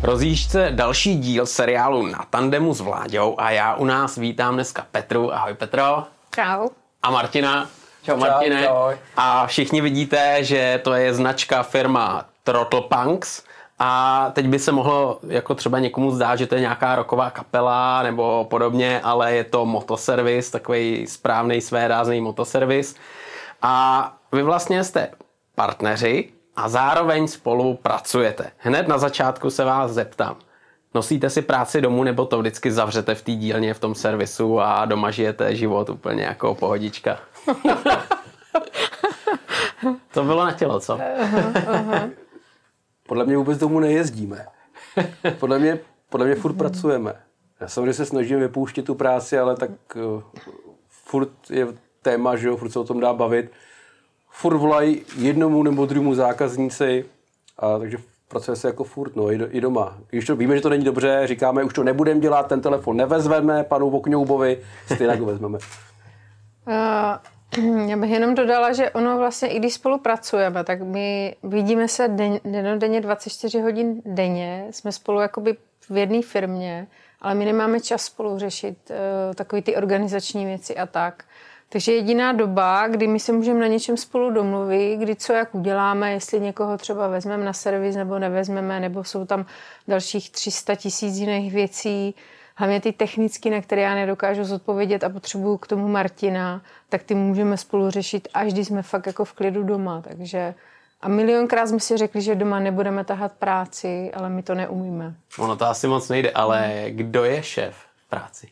Rozjíždí se další díl seriálu Na tandemu s Vláďou a já u nás vítám dneska Petru. Ahoj Petro. Čau. A Martina. Čau Martine. Čau. A všichni vidíte, že to je značka firma Throttle Punks. A teď by se mohlo jako třeba někomu zdát, že to je nějaká rocková kapela nebo podobně, ale je to motoservis, takový správný svérázný motoservis. A vy vlastně jste partneři a zároveň spolu pracujete. Hned na začátku se vás zeptám. Nosíte si práci domů nebo to vždycky zavřete v té dílně, v tom servisu a doma žijete život úplně jako pohodička? To bylo na tělo, co? Podle mě vůbec domů nejezdíme. Podle mě furt pracujeme. Já samozřejmě se snažím vypouštět tu práci, ale tak furt je téma, že jo, furt se o tom dá bavit. Furt volají jednomu nebo druhému zákazníci, a takže pracuje se jako furt, no, i doma. Když to víme, že to není dobře, říkáme, už to nebudeme dělat, ten telefon nevezmeme panu Vokňoubovi, stejně ho vezmeme. Já bych jenom dodala, že ono vlastně, i když spolupracujeme, tak my vidíme se denně 24 hodin denně, jsme spolu jakoby v jedné firmě, ale my nemáme čas spolu řešit takové ty organizační věci a tak. Takže jediná doba, kdy my se můžeme na něčem spolu domluvit, kdy co jak uděláme, jestli někoho třeba vezmeme na servis nebo nevezmeme, nebo jsou tam dalších 300 000 jiných věcí, hlavně ty technické, na které já nedokážu zodpovědět a potřebuju k tomu Martina, tak ty můžeme spolu řešit, až když jsme fakt jako v klidu doma. Takže a milionkrát jsme si řekli, že doma nebudeme tahat práci, ale my to neumíme. Ono to asi moc nejde, ale kdo je šéf v práci?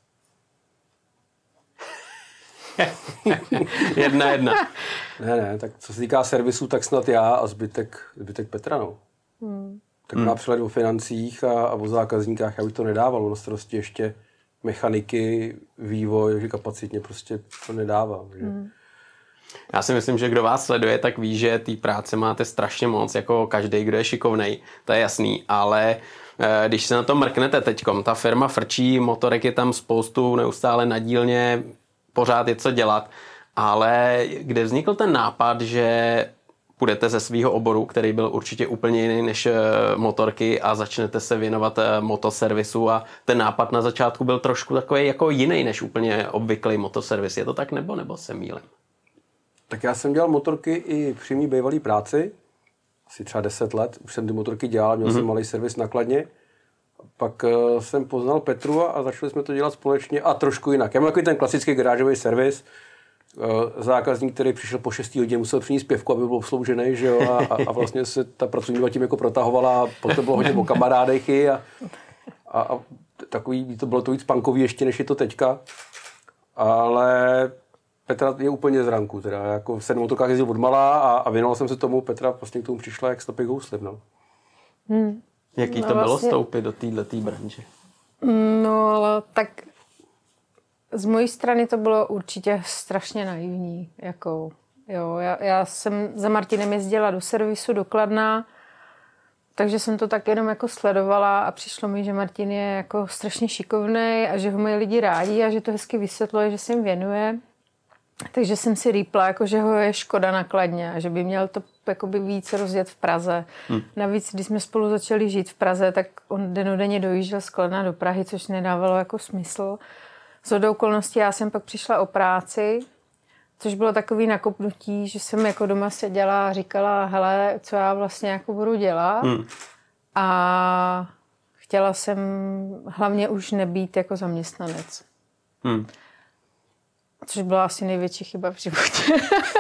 jedna. Ne, tak co se týká servisu, tak snad já a zbytek Petra, no. Tak má přehled o financích a o zákazníkách, já bych to nedával, na starosti ještě mechaniky, vývoj, takže kapacitně prostě to nedává. Že? Já si myslím, že kdo vás sleduje, tak ví, že té práce máte strašně moc, jako každý, kdo je šikovnej, to je jasný, ale když se na to mrknete teďkom, ta firma frčí, motorek je tam spoustu, neustále na dílně, pořád je co dělat, ale kde vznikl ten nápad, že půjdete ze svého oboru, který byl určitě úplně jiný než motorky a začnete se věnovat motoservisu a ten nápad na začátku byl trošku takový jako jiný než úplně obvyklý motoservis. Je to tak nebo se mýlím? Tak já jsem dělal motorky i při mý bývalý práci, asi třeba 10 let, už jsem ty motorky dělal, měl jsem malý servis na Kladně. Pak jsem poznal Petru a začali jsme to dělat společně a trošku jinak. Já mám takový ten klasický garážový servis, zákazník, který přišel po 6 hodině, musel přinést pěvku, aby byl obsloužený, že jo, a vlastně se ta pracovní doba tím jako protahovala a potom bylo hodně o kamarádech a takový, to bylo to víc punkový ještě, než je to teďka, ale Petra je úplně z ranku, teda jako jsem v motorkách jezdil odmala a věnoval jsem se tomu, Petra vlastně k tomu přišla jak stopy housliv, no. Jaký to bylo vstoupit do této branže? No, tak z mojí strany to bylo určitě strašně naivní. Jako, jo, já jsem za Martinem jezdila do servisu, do Kladna, takže jsem to tak jenom jako sledovala a přišlo mi, že Martin je jako strašně šikovnej a že ho mají lidi rádi a že to hezky vysvětluje, že se jim věnuje. Takže jsem si rýpla, jako, že ho je škoda na Kladně a že by měl to jakoby víc rozjet v Praze. Navíc, když jsme spolu začali žít v Praze, tak on dennodenně dojížděl z Kladna do Prahy, což nedávalo jako smysl. Shodou okolností já jsem pak přišla o práci, což bylo takový nakopnutí, že jsem jako doma seděla a říkala, hele, co já vlastně jako budu dělat. A chtěla jsem hlavně už nebýt jako zaměstnanec. Což byla asi největší chyba v životě.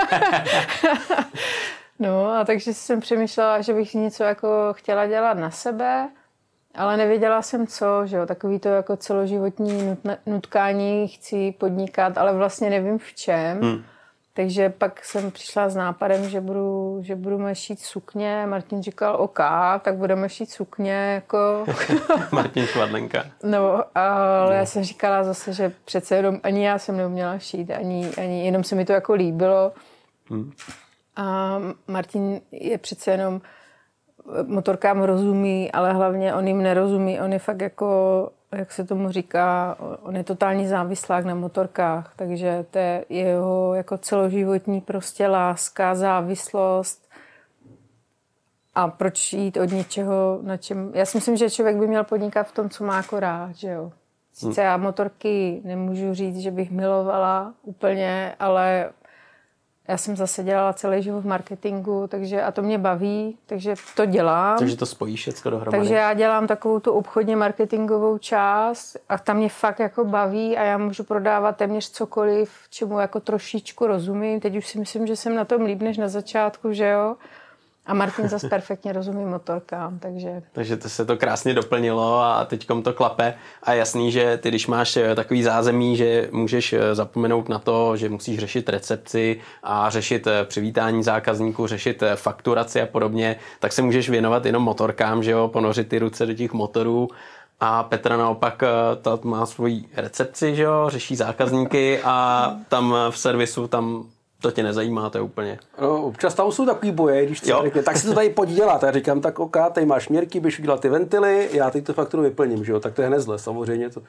No a takže jsem přemýšlela, že bych něco jako chtěla dělat na sebe, ale nevěděla jsem co, že jo, takový to jako celoživotní nutkání, chci podnikat, ale vlastně nevím v čem. Takže pak jsem přišla s nápadem, že budu šít sukně. Martin říkal, OK, tak budeme šít sukně, jako... Martin Švadlenka. No, ale já jsem říkala zase, že přece jenom ani já jsem neuměla šít, ani jenom se mi to jako líbilo. A Martin je přece jenom motorkám rozumí, ale hlavně on jim nerozumí. On je fakt jako, jak se tomu říká, on je totální závislák na motorkách, takže to je jeho jako celoživotní prostě láska, závislost. A proč jít od něčeho, na čem... Já si myslím, že člověk by měl podnikat v tom, co má jako rád, že jo. Sice já motorky nemůžu říct, že bych milovala úplně, ale já jsem zase dělala celý život v marketingu, takže a to mě baví, takže to dělám. Takže to spojíš všechno dohromady. Takže já dělám takovou tu obchodně marketingovou část a tam mě fakt jako baví a já můžu prodávat téměř cokoliv, čemu jako trošičku rozumím. Teď už si myslím, že jsem na tom líp než na začátku, že jo. A Martin zase perfektně rozumí motorkám, takže... Takže to se to krásně doplnilo a teďkom to klape. A jasný, že ty, když máš takový zázemí, že můžeš zapomenout na to, že musíš řešit recepci a řešit přivítání zákazníků, řešit fakturaci a podobně, tak se můžeš věnovat jenom motorkám, že jo, ponořit ty ruce do těch motorů. A Petra naopak ta má svoji recepci, že jo, řeší zákazníky a tam v servisu tam... To tě nezajímá, to je úplně. No, občas tam jsou takový boje, když řekne, tak si to tady pojď dělat. Já říkám, tak OK, tady máš měrky, běž udělat ty ventily, já teď tu fakturu vyplním, že jo, tak to je hned zle, samozřejmě, to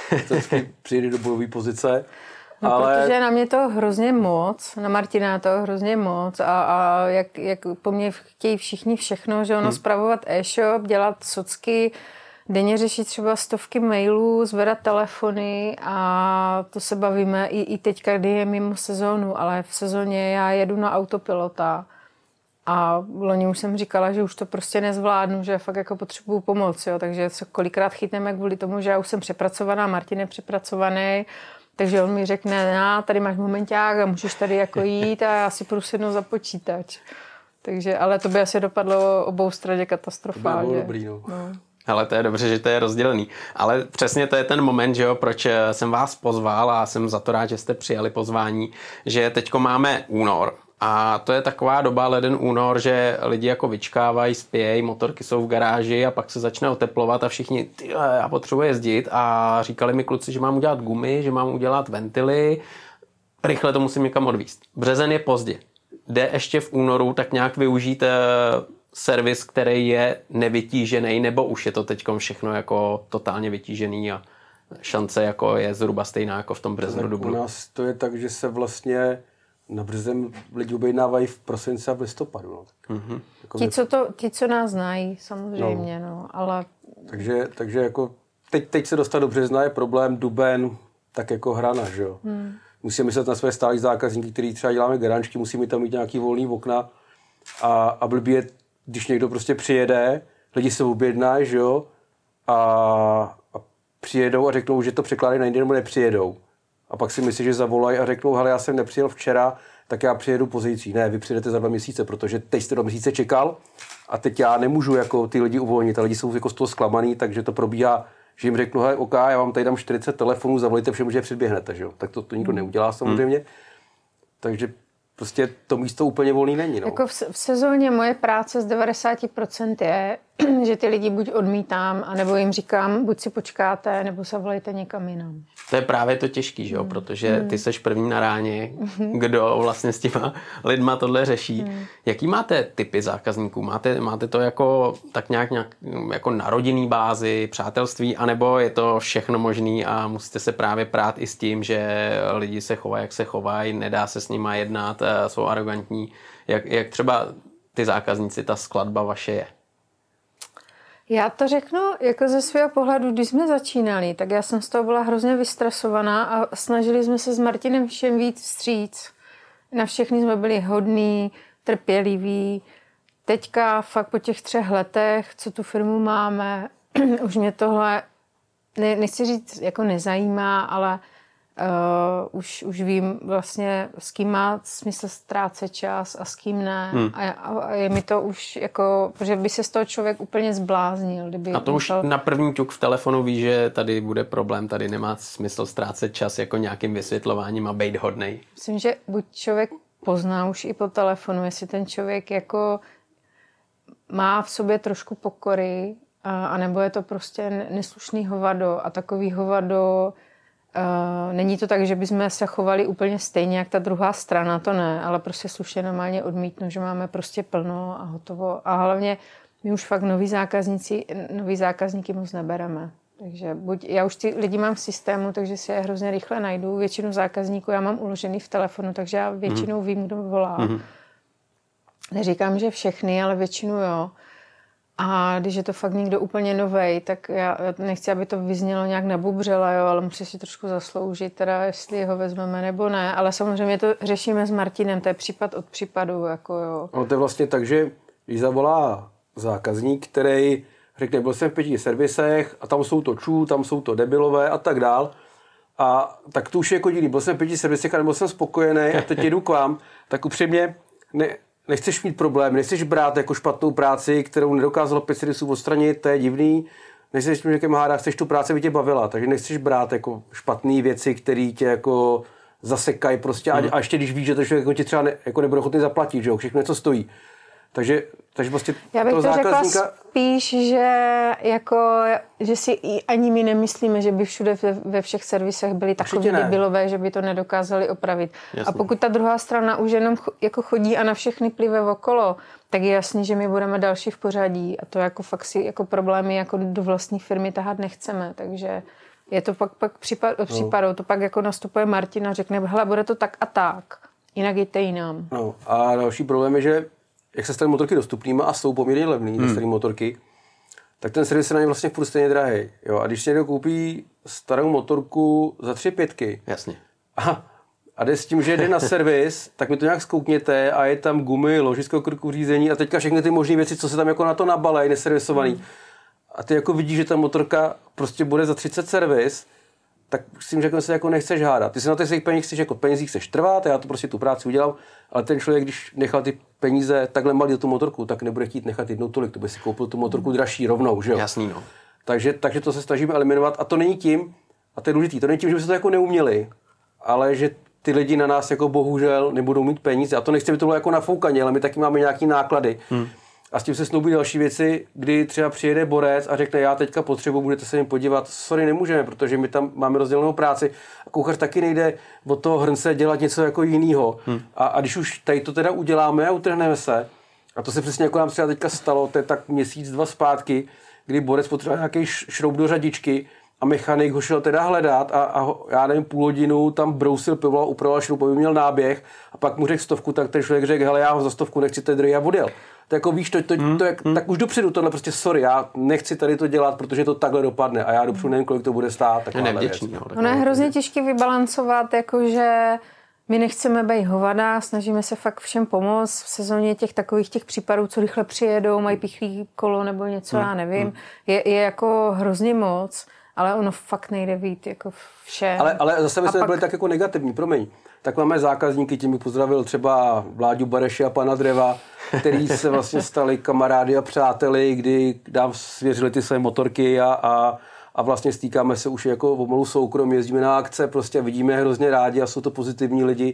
přijde do bojové pozice. No, ale... protože na mě to hrozně moc, na Martina to hrozně moc a jak po mně chtějí všichni všechno, že ono spravovat e-shop, dělat socky, denně řešit třeba 100 mailů, zvedat telefony a to se bavíme i teďka, kdy je mimo sezónu, ale v sezóně já jedu na autopilota a loni už jsem říkala, že už to prostě nezvládnu, že fakt jako potřebuju pomoc, jo, takže se kolikrát chytneme kvůli tomu, že já už jsem přepracovaná, Martin je přepracovaný, takže on mi řekne, tady máš momenták a můžeš tady jako jít a já si půjdu sednout za počítač. Takže, ale to by asi dopadlo obou straně katastrofálně. To bylo dobrý, no. Ale to je dobře, že to je rozdělený. Ale přesně to je ten moment, že jo, proč jsem vás pozval a jsem za to rád, že jste přijali pozvání, že teďko máme únor a to je taková doba, leden únor, že lidi jako vyčkávají, spějí, motorky jsou v garáži a pak se začne oteplovat a všichni, já potřebuji jezdit a říkali mi kluci, že mám udělat gumy, že mám udělat ventily, rychle to musím někam odvízt. Březen je pozdě. Jde ještě v únoru tak nějak využít servis, který je nevytížený, nebo už je to teďkom všechno jako totálně vytížený a šance jako je zhruba stejná jako v tom březnu dubnu. U nás to je tak, že se vlastně na březen lidi objednávají v prosinci a v listopadu. No. Mm-hmm. Jako ti, co nás znají, samozřejmě, no ale... Takže jako teď se dostat do března je problém, duben, tak jako hrana, že jo. Musíme myslet na své stálí zákazníky, který třeba děláme garančky, musíme tam mít nějaký volný okna a blbý je, když někdo prostě přijede, lidi se objednají, že jo, a přijedou a řeknou, že to překládají na jindy, nebo nepřijedou. A pak si myslí, že zavolají a řeknou, hele, já jsem nepřijel včera, tak já přijedu pozítří. Ne, vy přijedete za 2 měsíce, protože teď jste 2 měsíce čekal a teď já nemůžu jako ty lidi uvolnit. A lidi jsou jako z toho zklamaný, takže to probíhá, že jim řeknu, hele, OK, já vám tady dám 40 telefonů, zavolejte všem, že předběhnete, že jo. Tak to nikdo neudělá samozřejmě. Takže prostě to místo úplně volný není. No. Jako v sezóně moje práce z 90% je, že ty lidi buď odmítám, anebo jim říkám, buď si počkáte, nebo se volejte někam jinam. To je právě to těžký, že jo? Protože ty seš první na ráně, kdo vlastně s těma lidma tohle řeší. Jaký máte typy zákazníků? Máte to jako tak nějak jako na rodinný bázi, přátelství, anebo je to všechno možný a musíte se právě prát i s tím, že lidi se chovají, jak se chovají, nedá se s nima jednat, jsou arrogantní. Jak třeba ty zákazníci, ta skladba vaše je? Já to řeknu jako ze svého pohledu, když jsme začínali, tak já jsem z toho byla hrozně vystresovaná a snažili jsme se s Martinem všem víc vstříc. Na všechny jsme byli hodní, trpěliví. Teďka fakt po těch 3 letech, co tu firmu máme, už mě tohle, nechci říct, jako nezajímá, ale už vím vlastně, s kým má smysl ztrácet čas a s kým ne. A je mi to už jako, protože by se z toho člověk úplně zbláznil. A to už na první ťuk v telefonu ví, že tady bude problém, tady nemá smysl ztrácet čas jako nějakým vysvětlováním a bejt hodnej. Myslím, že buď člověk pozná už i po telefonu, jestli ten člověk jako má v sobě trošku pokory, anebo je to prostě neslušný hovado a takový hovado. Není to tak, že bychom se chovali úplně stejně, jak ta druhá strana, to ne, ale prostě slušně normálně odmítnu, že máme prostě plno a hotovo. A hlavně my už fakt nový zákazníky moc nebereme. Takže já už ty lidi mám v systému, takže si je hrozně rychle najdu. Většinu zákazníků já mám uložený v telefonu, takže já většinou vím, kdo volá. Neříkám, že všechny, ale většinu jo. A když je to fakt někdo úplně novej, tak já nechci, aby to vyznělo nějak nabubřela, jo, ale musí si trošku zasloužit, teda jestli ho vezmeme nebo ne. Ale samozřejmě to řešíme s Martinem, to je případ od případu. Jako jo. No to je vlastně tak, že když zavolá zákazník, který řekne, byl jsem v 5 servisech a tam jsou to tam jsou to debilové a tak dál. A tak to už je jako divný, byl jsem v 5 servisech a nebyl jsem spokojený a teď jdu k vám, tak upřímně nechceš mít problém, nechceš brát jako špatnou práci, kterou nedokázalo 5 servisů odstranit, to je divný. Nechceš mít někým hádá, chceš tu práci, aby tě bavila, takže nechceš brát jako špatné věci, které tě jako zasekají prostě a ještě když víš, že to člověk jako ti třeba jako nebude ochotný zaplatit, že jo, všechno něco stojí. Takže vlastně já bych toho to zákazníka... řekla spíš, že si ani my nemyslíme, že by všude ve všech servisech byli takový debilové, že by to nedokázali opravit. Jasně. A pokud ta druhá strana už jenom jako chodí a na všechny plive okolo, tak je jasný, že my budeme další v pořadí a to jako fakt si jako problémy jako do vlastní firmy tahat nechceme, takže je to pak případ od případu, to pak jako nastupuje Martin a řekne, hele, bude to tak a tak, jinak jděte jinam. No, a další problém je, že jak se staly motorky dostupnými a jsou poměrně levný, staré motorky, tak ten servis je na ně vlastně furt stejně drahý. Jo? A když někdo koupí starou motorku za 3 pětky Jasně. A jde s tím, že jde na servis, tak mi to nějak zkoukněte a je tam gumy, ložisko krku řízení a teďka všechny ty možné věci, co se tam jako na to nabalej, neservisovaný. A ty jako vidíš, že ta motorka prostě bude za 30 servis, tak s tím řekne se jako nechceš hádat. Ty si na těch svých penězích chceš trvat, já to prostě tu práci udělám, ale ten člověk, když nechal ty peníze takhle malý do tu motorku, tak nebude chtít nechat jednou tolik, to by si koupil tu motorku dražší rovnou, že jo? Jasný, no. Takže to se snažíme eliminovat a to není tím, a to je důležitý, to není tím, že by se to jako neuměli, ale že ty lidi na nás jako bohužel nebudou mít peníze. A to nechci, aby to bylo jako nafoukaně, ale my taky máme nějaký náklady. A s tím se snoubí další věci, kdy třeba přijede borec a řekne, já teďka potřebuji, budete se jim podívat. Sorry, nemůžeme, protože my tam máme rozdělenou práci. A kuchař taky nejde od toho hrnce dělat něco jako jinýho. A když už tady to teda uděláme a utrhneme se, a to se přesně jako nám třeba teďka stalo, to je tak měsíc, 2 zpátky, kdy borec potřeboval nějaký šroub do řadičky a mechanik ho šel teda hledat a já nevím, půl hodinu tam brousil pivo a upravoval šroub, aby měl náběh a pak mu řekl 100, tak ten člověk řekl, hele, já ho za 100 nechci, ten druhý a odjel. To jako víš, tak už dopředu tohle prostě sorry, já nechci tady to dělat, protože to takhle dopadne a já dopředu nevím, kolik to bude stát. Ono je hrozně těžké vybalancovat, jakože my nechceme být hovada, snažíme se fakt všem pomoct v sezóně těch případů, co rychle přijedou, mají pichlý kolo nebo něco, já nevím, je jako hrozně moc. Ale ono fakt nejde vít jako vše. Ale zase by jsme byli tak jako negativní, promiň. Tak máme zákazníky, tím bych pozdravil třeba Vláďu Bareše a pana Dreva, který se vlastně stali kamarády a přáteli, kdy nám svěřili ty své motorky a vlastně stýkáme se už jako pomalu soukromí, jezdíme na akce, prostě vidíme je hrozně rádi a jsou to pozitivní lidi.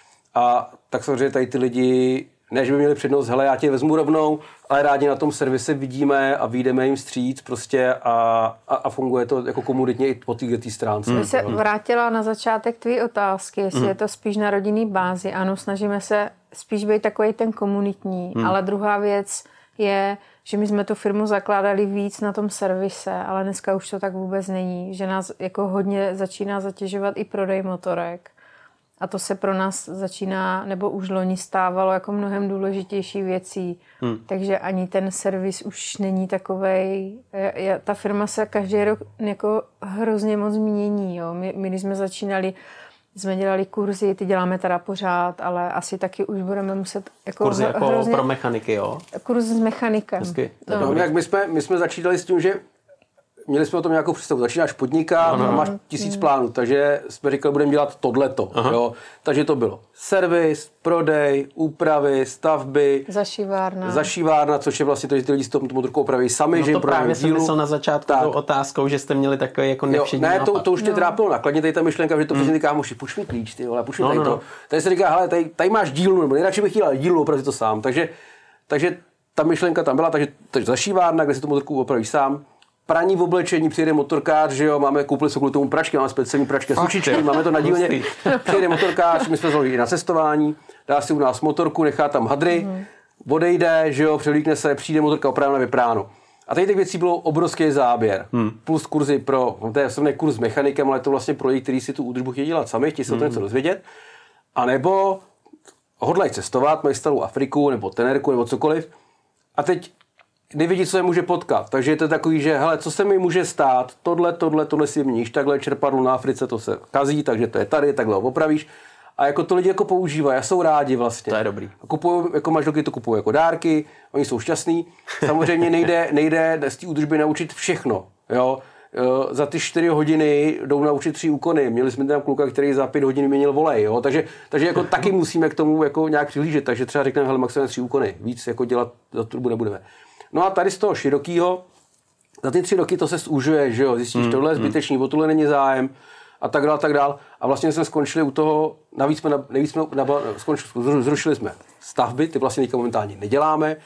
A tak samozřejmě tady ty lidi, ne, že by měli přednost, hele, já tě vezmu rovnou, ale rádi na tom servise vidíme a vyjdeme jim vstříc prostě a funguje to jako komunitně i po této stránce. Bych se vrátila na začátek tvý otázky, jestli je to spíš na rodinný bázi. Ano, snažíme se spíš být takový ten komunitní, ale druhá věc je, že my jsme tu firmu zakládali víc na tom servise, ale dneska už to tak vůbec není, že nás jako hodně začíná zatěžovat i prodej motorek. A to se pro nás začíná, nebo už loni stávalo jako mnohem důležitější věcí. Takže ani ten servis už není takovej. Ta firma se každý rok jako hrozně moc mění. Jo. My když jsme začínali, jsme dělali kurzy, ty děláme teda pořád, ale asi taky už budeme muset... Jako kurzy jako hrozně, pro mechaniky, jo? Kurz s mechanikem. No, jak my jsme začítali s tím, že měli jsme o tom nějakou představu. Začínáš podnikat a máš 1000 plánů, takže jsme říkali, budeme dělat tohleto. Jo? Takže to bylo servis, prodej, úpravy, stavby, zašívárna, což je vlastně to, že ty lidi si tu motorku opraví sami, že jim to právě jsem myslel na začátku tou otázkou, že jste měli takový jako nevšední nápad. Ne, to už tě trápilo nakladně, tady ta myšlenka, že to přesně ty kámoši, puš mi klíč, ty vole, puš mi tady to. Tady se říká, hele, tady máš dílnu, nebo nejradši bych chtěl dílnu, opravdu to sám. Takže ta myšlenka tam byla, takže zašívárna, kde si tu motorku opraví sám. Praní v oblečení, přijede motorkář, že jo, koupili jsme kvůli tomu pračky, máme speciální pračky, sušičky, máme to na dílně. Přijede motorkář, my jsme zvolili na cestování, dá si u nás motorku, nechá tam hadry, odejde, že jo, převlíkne se, přijde motorka opravena, vypráno. A tady těch věcí bylo obrovský záběr. Plus kurzy to je samozřejmě kurz s mechanikem, ale to vlastně pro lidi, kteří si tu údržbu chtějí dělat sami, chtějí se o to něco dozvědět. A nebo hodlají cestovat, mají starou Afriku nebo Tenerku nebo cokoliv a teď nevidí, co se může potkat. Takže je to takový, že hele, co se mi může stát, tohle si měníš, takhle čerpadlo na Africe, to se kazí, takže to je tady, takhle ho opravíš. A jako to lidi jako používají a jsou rádi vlastně. To je dobrý. Kupují, jako manželky to kupují jako dárky, oni jsou šťastní. Samozřejmě nejde z té údržby naučit všechno. Jo? Za ty 4 hodiny jdou naučit 3 úkony. Měli jsme tam kluka, který za 5 hodin měnil volej. Jo? Takže jako taky musíme k tomu jako nějak přihlížet. Takže třeba řekneme, hele, maximálně 3 úkony. Víc jako dělat za turbu nebudeme. No a tady z toho širokýho, za ty 3 roky to se zúžuje, že jo? Zjistíš, tohle je zbytečný, o tohle není zájem. A tak dál. A vlastně jsme skončili u toho, zrušili jsme stavby, ty vlastně teďka momentálně neděláme.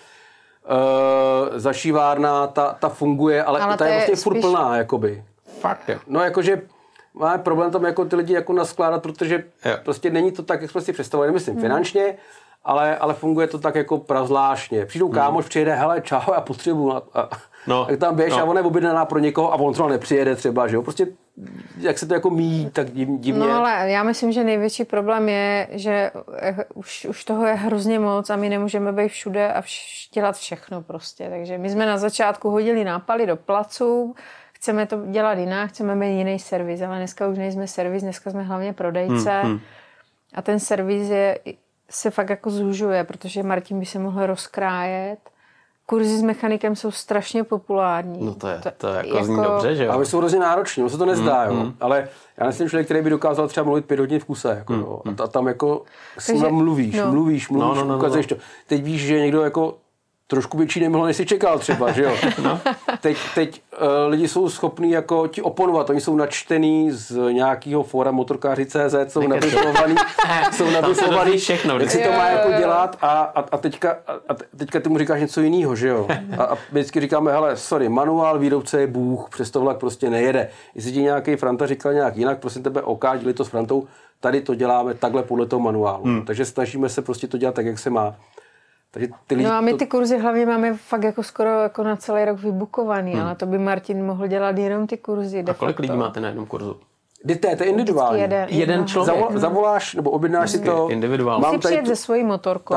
Zašívárna, ta funguje, ale ta je vlastně furt plná, jakoby. Fakt, jo. No jakože máme problém tam jako ty lidi jako naskládat, protože prostě není to tak, jak jsme si představovali, nemyslím finančně, ale funguje to tak jako prazvláštně. Přijdou kámoš, přijede, hele, čau, já potřebuju. Tak tam běž a on je objednaná pro někoho a on třeba nepřijede třeba, že jo. Prostě jak se to jako míjí, tak divně. No ale já myslím, že největší problém je, že už toho je hrozně moc a my nemůžeme být všude a dělat všechno prostě. Takže my jsme na začátku hodili nápaly do placu, chceme to dělat jinak, chceme mít jiný servis, ale dneska už nejsme servis, dneska jsme hlavně prodejce a ten servis se fakt jako zúžuje, protože Martin by se mohl rozkrájet. Kurzy s mechanikem jsou strašně populární. No to jako zní dobře, že jo? Ale jsou hrozně nároční, no se to nezdá, jo. Ale já nejsem člověk, který by dokázal třeba mluvit 5 hodin v kuse, jako, jo. A tam jako s ním mluvíš, ukazuješ to. Teď víš, že někdo jako trošku větší nemohl, než si čekal třeba, že jo. Teď lidi jsou schopní jako ti oponovat, oni jsou načtený z nějakého fóra motorkáři.cz, jsou nabislovaný, jak si to má jako dělat a teďka ty mu říkáš něco jiného, že jo. A vždycky říkáme, hele, sorry, manuál výrobce je Bůh, přes to vlak prostě nejede. Jestli ti nějaký Franta říkal nějak jinak, prosím tebe, děli to s Frantou, tady to děláme takhle podle toho manuálu. Takže snažíme se prostě to dělat tak, jak se má. No a my ty kurzy hlavně máme fakt jako skoro jako na celý rok vybukovaný, ale to by Martin mohl dělat jenom ty kurzy. A kolik lidí máte na jednom kurzu? To je individuální. Jeden člověk. Zavoláš nebo objednáš si to. Individuálně. Musí přijet se svojí motorkou.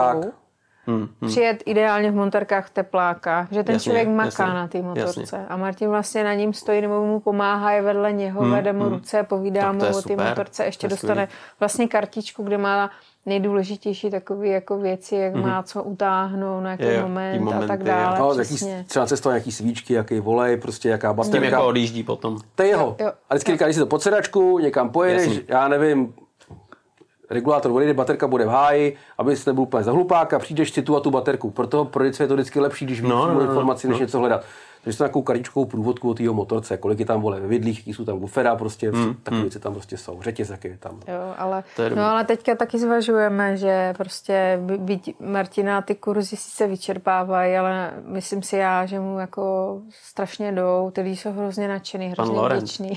Přijet ideálně v motorkách, v teplákách, že ten člověk maká na té motorce. Jasně. A Martin vlastně na ním stojí nebo mu pomáhá, je vedle něho, vede mu ruce, povídá mu o té motorce, ještě dostane vlastně kartičku, kde má nejdůležitější takové jako věci, jak má co utáhnout, na jaký moment a tak dále. No, třeba cestovat nějaký svíčky, jaký volej, prostě jaká baterka. S tím jako odjíždí potom. To je jeho. A vždycky říká, když si to pod sedačku, někam pojedeš, já nevím, regulátor odejde, baterka bude v háji, aby jste nebyl úplně za hlupáka, přijdeš si tu a tu baterku. Proto pro je to vždycky lepší, když víš informaci, než něco hledat. Takže to takovou kartičkovou průvodku od jeho motorce, kolik je tam vole ve vidlích, jaký jsou tam bufera, prostě takové věci tam prostě jsou, řetěz, jaký je tam. Jo, ale teďka taky zvažujeme, že prostě byť Martina ty kurzy sice vyčerpávají, ale myslím si já, že mu jako strašně jdou, ty lidi jsou hrozně nadšený, hrozně vděčný.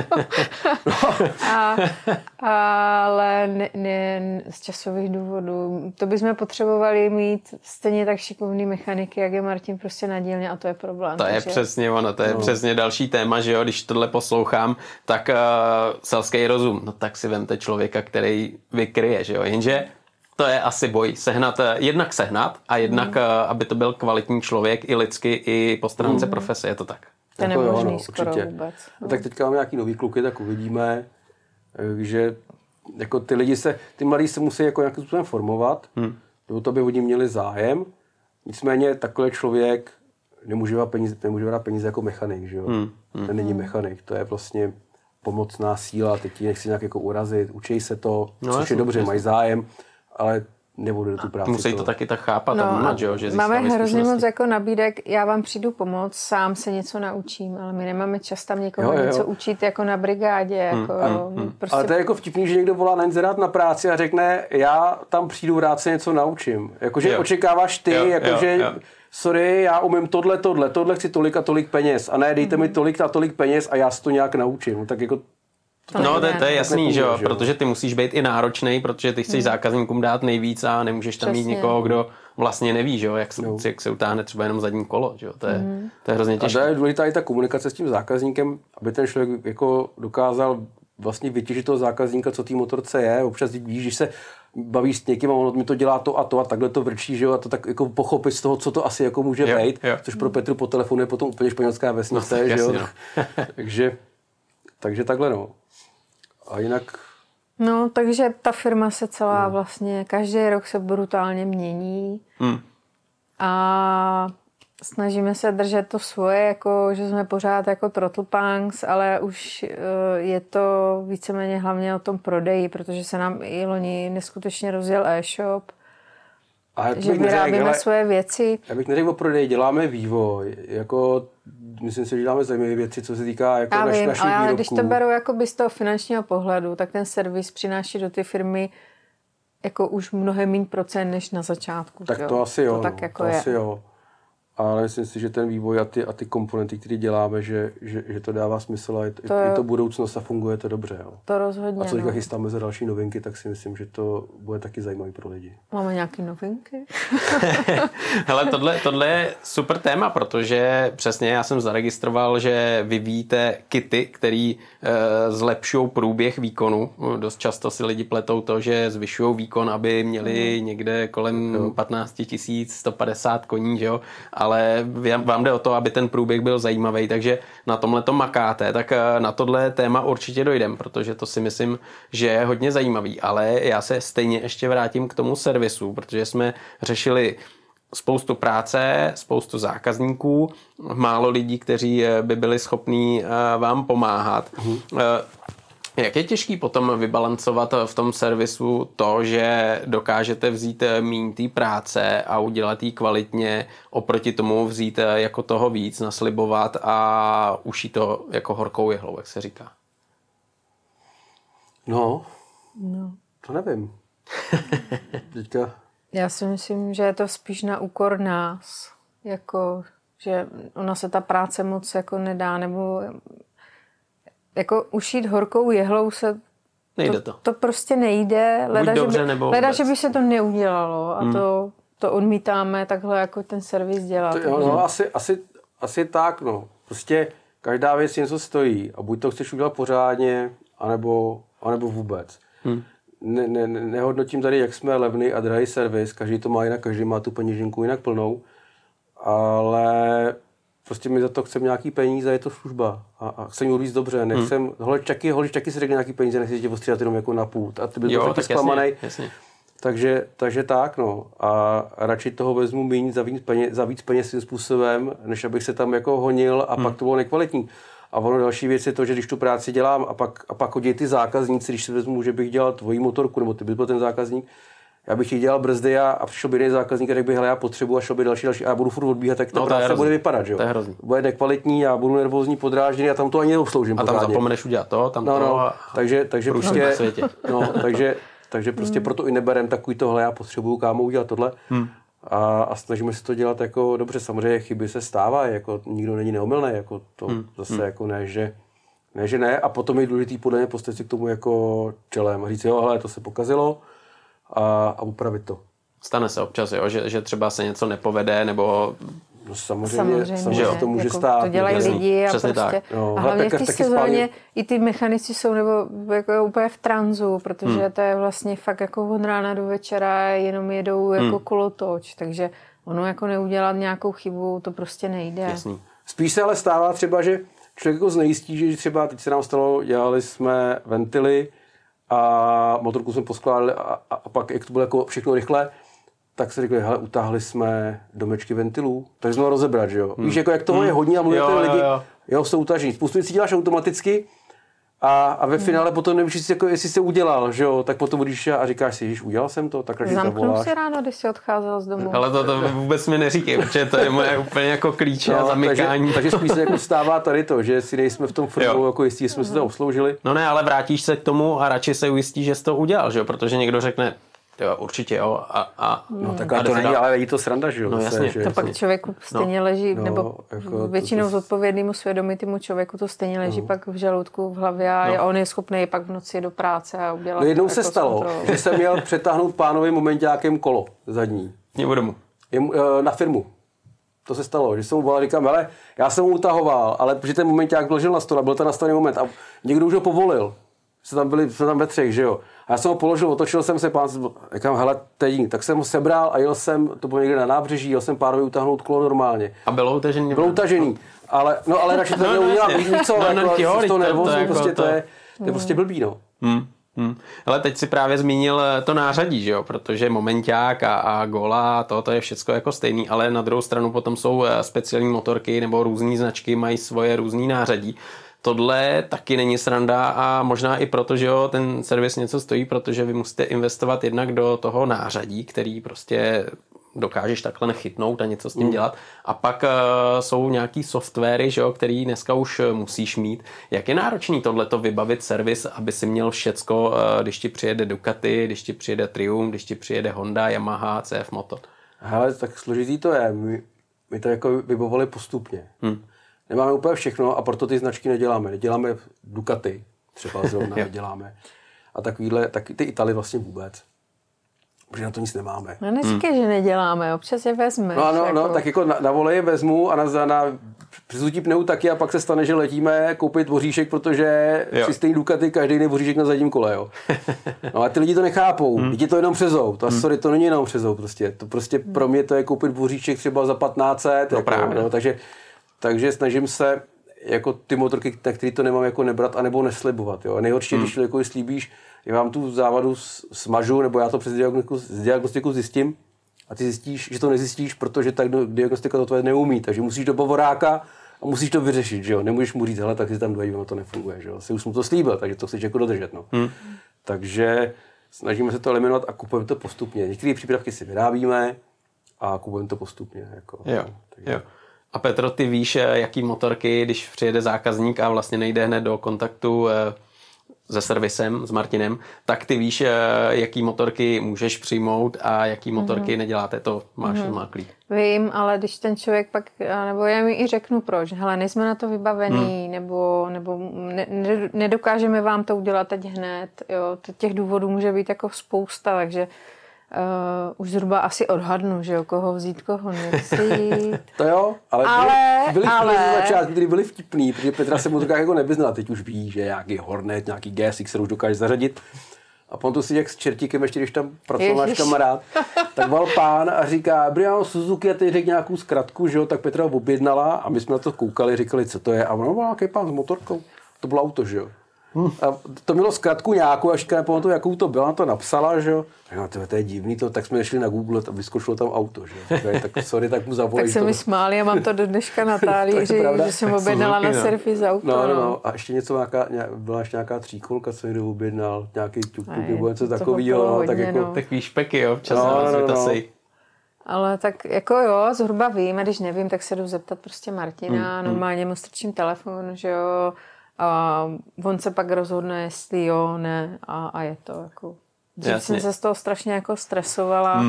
Ale ne, z časových důvodů. To bychom potřebovali mít stejně tak šikovný mechaniky, jak je Martin prostě na dílně a to je problém. To je přesně ono, to je přesně další téma, že jo, když tohle poslouchám, tak selský rozum, no tak si vemte člověka, který vykryje, že jo, jenže to je asi boj, jednak sehnat a jednak, aby to byl kvalitní člověk i lidsky, i po stránce profese, je to tak. To je nemožný skoro vůbec. No. Tak teďka máme nějaký nový kluky, tak uvidíme, že jako ty mladí se musí jako nějakým způsobem formovat, nebo to by hodně měli zájem, nicméně takový člověk nemůže dát peníze jako mechanik, že jo? To není mechanik, to je vlastně pomocná síla, teď ti nechci nějak jako urazit, učí se to, což je dobře, mají zájem, ale nebudou do tu práci. Musí to taky tak chápat a vnímat, že máme hrozně moc jako nabídek, já vám přijdu pomoct, sám se něco naučím, ale my nemáme čas tam někoho něco učit jako na brigádě. Jako, prostě... Ale to je jako vtipný, že někdo volá na inzerát na práci a řekne, já tam přijdu, rád se něco naučím. Jakože očekáváš ty, jakože sorry, já umím tohle chci tolik a tolik peněz a ne, dejte mi tolik a tolik peněz a já se to nějak naučím. Tak jako to je jasný, že jo, protože ty musíš být i náročnej, protože ty chceš zákazníkům dát nejvíc a nemůžeš tam mít někoho, kdo vlastně neví, že jo, jak se utáhne třeba jenom zadní kolo, že jo, to je hrozně těžké. A to je důležitá i ta komunikace s tím zákazníkem, aby ten člověk jako dokázal vlastně vytěžit toho zákazníka, co té motorce je. Občas víš, když se baví s někým a on mi to dělá to a takhle to vrčí, že jo, a to tak jako pochopit z toho, co to asi jako může být, což pro Petru po telefonu je potom úplně španělská vesnice, no, že jo. No. takže takhle, no. A jinak... No, takže ta firma se celá vlastně, každý rok se brutálně mění a snažíme se držet to svoje, jako, že jsme pořád jako TrottlePunks, ale už je to víceméně hlavně o tom prodeji, protože se nám i loni neskutečně rozjel e-shop, že vyrábíme svoje věci. Já bych neřekl o prodeji, děláme vývoj, jako myslím si, že děláme zajímavé věci, co se týká jako našich výrobků. Ale když to beru jako z toho finančního pohledu, tak ten servis přináší do té firmy jako už mnohem méně procent než na začátku. Tak to asi jo. To tak jako to je. asi jo. Ale myslím si, že ten vývoj a ty komponenty, které děláme, že to dává smysl a je to budoucnost a funguje to dobře. Jo. To rozhodně. A co teďka chystáme za další novinky, tak si myslím, že to bude taky zajímavý pro lidi. Máme nějaké novinky? Hele, tohle je super téma, protože přesně já jsem zaregistroval, že vyvíjíte kity, které zlepšují průběh výkonu. Dost často si lidi pletou to, že zvyšují výkon, aby měli někde kolem 15 150 koní, že jo? Ale vám jde o to, aby ten průběh byl zajímavý, takže na tomhle to makáte, tak na tohle téma určitě dojdem, protože to si myslím, že je hodně zajímavý, ale já se stejně ještě vrátím k tomu servisu, protože jsme řešili spoustu práce, spoustu zákazníků, málo lidí, kteří by byli schopní vám pomáhat. Jak je těžký potom vybalancovat v tom servisu to, že dokážete vzít míň té práce a udělat ji kvalitně, oproti tomu vzít jako toho víc, naslibovat a ušít to jako horkou jehlou, jak se říká? No. To nevím. Teďka... Já si myslím, že je to spíš na úkor nás. Jako, že ona se ta práce moc jako nedá, nebo jako ušít horkou jehlou se nejde to prostě nejde. Leda, že by se to neudělalo a to odmítáme takhle jako ten servis dělat. Asi tak, no. Prostě každá věc něco stojí a buď to chceš udělat pořádně, anebo vůbec. Nehodnotím tady, jak jsme levný a drahý servis, každý to má jinak, každý má tu peněženku jinak plnou, ale prostě mi za to chcem nějaký peníze, je to služba a chcem ji říct dobře, nechcem, holičtaky si řekne nějaký peníze, nechci tě ostříhat jenom jako na půl a ty byl taky zklamanej. Takže tak, no. A radši toho vezmu míň za víc peněz tím způsobem, než abych se tam jako honil a pak to bylo nekvalitní. A ono další věc je to, že když tu práci dělám a pak chodí ty zákazníci, když si vezmu, že bych dělal tvoji motorku, nebo ty bys byl ten zákazník, já bych jí dělal brzdy a přišel by jiný zákazník, tak bych hele, já potřebuji a šel by další a já budu furt odbíhat, tak ta práce bude vypadat, že jo? To je hrozný. Bude nekvalitní, já budu nervózní, podrážděný a tam to ani neobsloužím. A tam pořádně zapomeneš udělat to, tam to. No. Takže prostě takže prostě proto i neberem takový tohle, já potřebuju kámo udělat tohle. A snažíme se to dělat jako dobře, samozřejmě chyby se stávají, jako nikdo není neomylný, jako to zase jako ne, že ne, a potom je důležitý podle mě postavit si k tomu jako čelem a říct, jo, hele, to se pokazilo a upravit to. Stane se občas, jo, že třeba se něco nepovede, nebo... No samozřejmě to může jako stát. To dělají lidi a prostě. Tak. A hlavně v té sezóně i ty mechanici jsou nebo jako úplně v tranzu, protože to je vlastně fakt jako od rána do večera jenom jedou jako kolotoč, takže ono jako neudělat nějakou chybu, to prostě nejde. Jasný. Spíš se ale stává třeba, že člověk jako znejistí, že třeba teď se nám stalo, dělali jsme ventily a motorku jsme poskládali a pak, jak to bylo jako všechno rychle, tak se řekli, hele, utáhli jsme domečky ventilů, tak jsme rozebrat, že jo. Víš, jako jak toho je hodně a mluvíte lidi, jo, jsou utažení. Spoustu věcí děláš automaticky a ve finále potom nevíš, jako, jestli jsi udělal, že jo, tak potom budeš a říkáš si, že udělal jsem to, tak radši zavoláš. Zamknul si ráno, když jsi odcházel z domu. Ale to vůbec mi neříkej, protože to je moje úplně jako klíče a zamykání. Takže spíš se jako stává tady to, že si nejsme v tom firmu, jako jistí, že jsme se to obsloužili. No ne, ale vrátíš se k tomu a radši se ujistíš, že jsi to udělal, že jo, protože někdo řekne, jo, určitě jo. No tak to není, ale je to sranda, že jo. No jasně. To pak člověku stejně leží, nebo jako většinou zodpovědnému svědomitému člověku to stejně leží pak v žaludku, v hlavě a on je schopný pak v noci do práce a udělat. No jednou jako se stalo, že jsem měl přetáhnout pánovi momentákem kolo zadní. Na firmu. To se stalo, že jsem mu volal, říkám, ale já jsem mu utahoval, ale protože ten momenták ležel na stole, byl to nastavený moment a někdo už ho povolil. jsme tam ve třech, že jo. A já jsem ho položil, otočil jsem se, pán, říkám, hele, teď, tak jsem ho sebral a jel jsem, to bylo někde na nábřeží, jel jsem pánovi utáhnout kolo normálně. A bylo utažený? Bylo utažený, ale radši to neudělal, víš co, z toho nervózu, prostě to je prostě blbý, no. Ale teď si právě zmínil to nářadí, že jo? Protože momenták a gola, to je všecko jako stejný, ale na druhou stranu potom jsou speciální motorky nebo různý značky, mají svoje různý nářadí. Tohle taky není sranda a možná i proto, že jo, ten servis něco stojí, protože vy musíte investovat jednak do toho nářadí, který prostě dokážeš takhle nechytnout a něco s tím dělat. A pak jsou nějaký softwary, že jo, který dneska už musíš mít. Jak je náročný tohleto vybavit servis, aby si měl všecko, když ti přijede Ducati, když ti přijede Triumph, když ti přijede Honda, Yamaha, CF Moto? Hele, tak složitý to je. My to jako vybavovali postupně. Nemáme úplně všechno a proto ty značky neděláme. Neděláme Ducati, třeba zrovna neděláme. A takovýhle, tak ty Italy vlastně vůbec. Protože na to nic nemáme. No neříkej, že neděláme, občas je vezmeš. No, tak jako na voleje vezmu a na přizutí pneu taky a pak se stane, že letíme koupit voříšek, protože při stejný Ducati každý jiný voříšek na zadním kole, jo. No a ty lidi to nechápou, lidi to jenom přezou, sorry, to není jenom přezou prostě, to prostě pro mě to je koupit voříšek třeba za 1500, no, jako, no, takže snažím se jako ty motorky, na který to nemám, jako nebrat anebo neslibovat, jo. A nejhorší, když jako slíbíš, já vám tu závadu smažu, nebo já to přes diagnostiku zjistím a ty zjistíš, že to nezjistíš, protože tak diagnostika to tvoje neumí, takže musíš do bavoráka a musíš to vyřešit, že jo. Nemůžeš mu říct, hele, tak si tam dojí, ono to nefunguje, že jo. Už mu to slíbil, takže to chceš jako dodržet, no. Takže snažíme se to eliminovat a kupujeme to postupně. Některé přípravky si vyrábíme a kupujeme to postupně, jako. Jo. A Petro, ty víš, jaký motorky, když přijede zákazník a vlastně nejde hned do kontaktu se servisem, s Martinem, tak ty víš, jaký motorky můžeš přijmout a jaký motorky neděláte, to máš zmáklý. Vím, ale když ten člověk pak, nebo já mi i řeknu proč, hele, nejsme na to vybavení, nebo nedokážeme vám to udělat teď hned, jo, těch důvodů může být jako spousta, takže už zhruba asi odhadnu, že jo, koho vzít, koho nevzít. To jo, ale byli na začátku, kdy byli vtipný, protože Petra se motorkách jako nevyznala, teď už ví, že nějaký Hornet, nějaký GSX se už dokáže zařadit. A potom si jak s čertíkem, ještě když tam pracoval náš kamarád, tak volal pán a říká, Briano Suzuki, a teď řekl nějakou zkratku, že jo, tak Petra objednala a my jsme na to koukali, říkali, co to je, a ono byl nějaký pán s motorkou, to bylo auto, že jo. A to mělo zkratku nějakou, a říká, nepamatuju, jakou to byla, to napsala, že jo. No, to je divný, tak jsme šli na Google a vyskočilo tam auto, že jo. Tak sorry, tak mu zavolali. Tak se mi smáli a mám to do dneška na talíři, že jsem objednala na servis auto. No. A ještě něco, byla ještě nějaká tříkolka, co někdo objednal, nějaký tuk-tuk nebo něco takového. Tak jako takový špeky, jo, včas rozvětasej. Ale tak jako jo, zhruba vím, a když nevím, tak se jdu zeptat prostě Martina, normálně mu strčím telefon, že jo. A on se pak rozhodne, jestli jo, ne a je to jako... Dřív jsem se z toho strašně jako stresovala,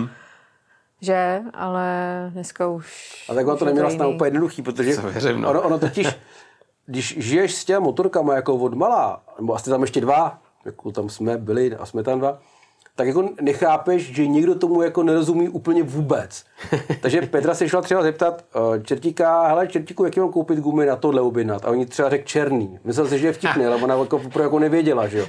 že, ale dneska už... A takhle to neměla snad úplně jednoduchý, protože ono totiž, když žiješ s těma motorkama jako od malá, nebo asi tam ještě dva, jako tam jsme byli a jsme tam dva, tak jako nechápeš, že někdo tomu jako nerozumí úplně vůbec. Takže Petra se šla třeba zeptat Čertíka, hele Čertíku, jaký mám koupit gumy na tohle objednat? A oni třeba řekl černý. Myslel si, že je vtipný, ale ona jako nevěděla, že jo.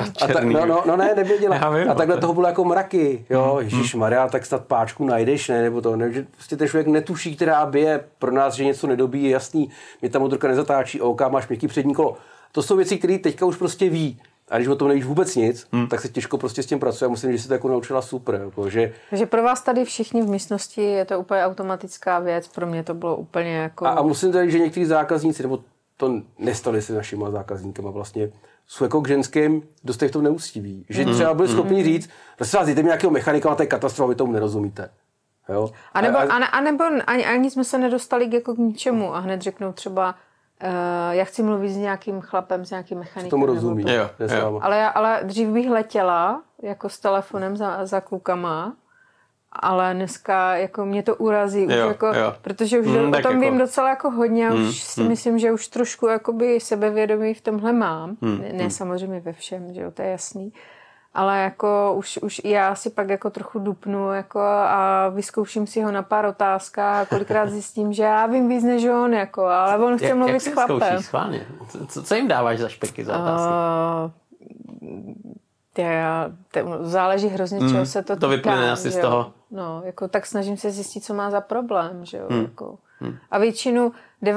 Nevěděla. A takhle toho bylo jako mraky, jo. Ježišmarja, tak snad páčku najdeš, ne? Nebo to, ne, že prostě ten člověk netuší, která bije pro nás, že něco nedobí, je jasný. Mě ta motorka nezatáčí, OK, máš měkký přední kolo. To jsou věci, které teďka už prostě ví. A když o tom nevíš vůbec nic, tak se těžko prostě s tím pracuje. Já musím, že si to jako naučila super. Jako, že... Takže pro vás tady všichni v místnosti je to úplně automatická věc. Pro mě to bylo úplně jako... A musím říct, že někteří zákazníci, nebo to nestali se našima zákazníkama vlastně, jsou jako k ženským dost v tom neúctiví. Že třeba byli schopni říct, prostě vás jdete nějakého mechanika, to je katastrofa, vy tomu nerozumíte. Jo? A nebo ani jsme se nedostali jako k ničemu a hned řeknou třeba já chci mluvit s nějakým chlapem, s nějakým mechanikem. Tomu rozumí. Jo. Ale dřív bych letěla jako s telefonem za klukama, ale dneska jako mě to urazí, protože už o tom vím docela jako hodně a už si myslím, že už trošku jakoby sebevědomí v tomhle mám. Ne samozřejmě ve všem, že jo, to je jasný. Ale jako už já si pak jako trochu dupnu jako a vyzkouším si ho na pár otázkách a kolikrát zjistím, že já vím víc než on, jako, ale on chce mluvit s chlapem. Jak schválně? Co jim dáváš za špeky, za otázky? záleží hrozně, čeho se to týká. To vyplyne asi z toho. No, jako tak snažím se zjistit, co má za problém, že jo. Jako. A většinu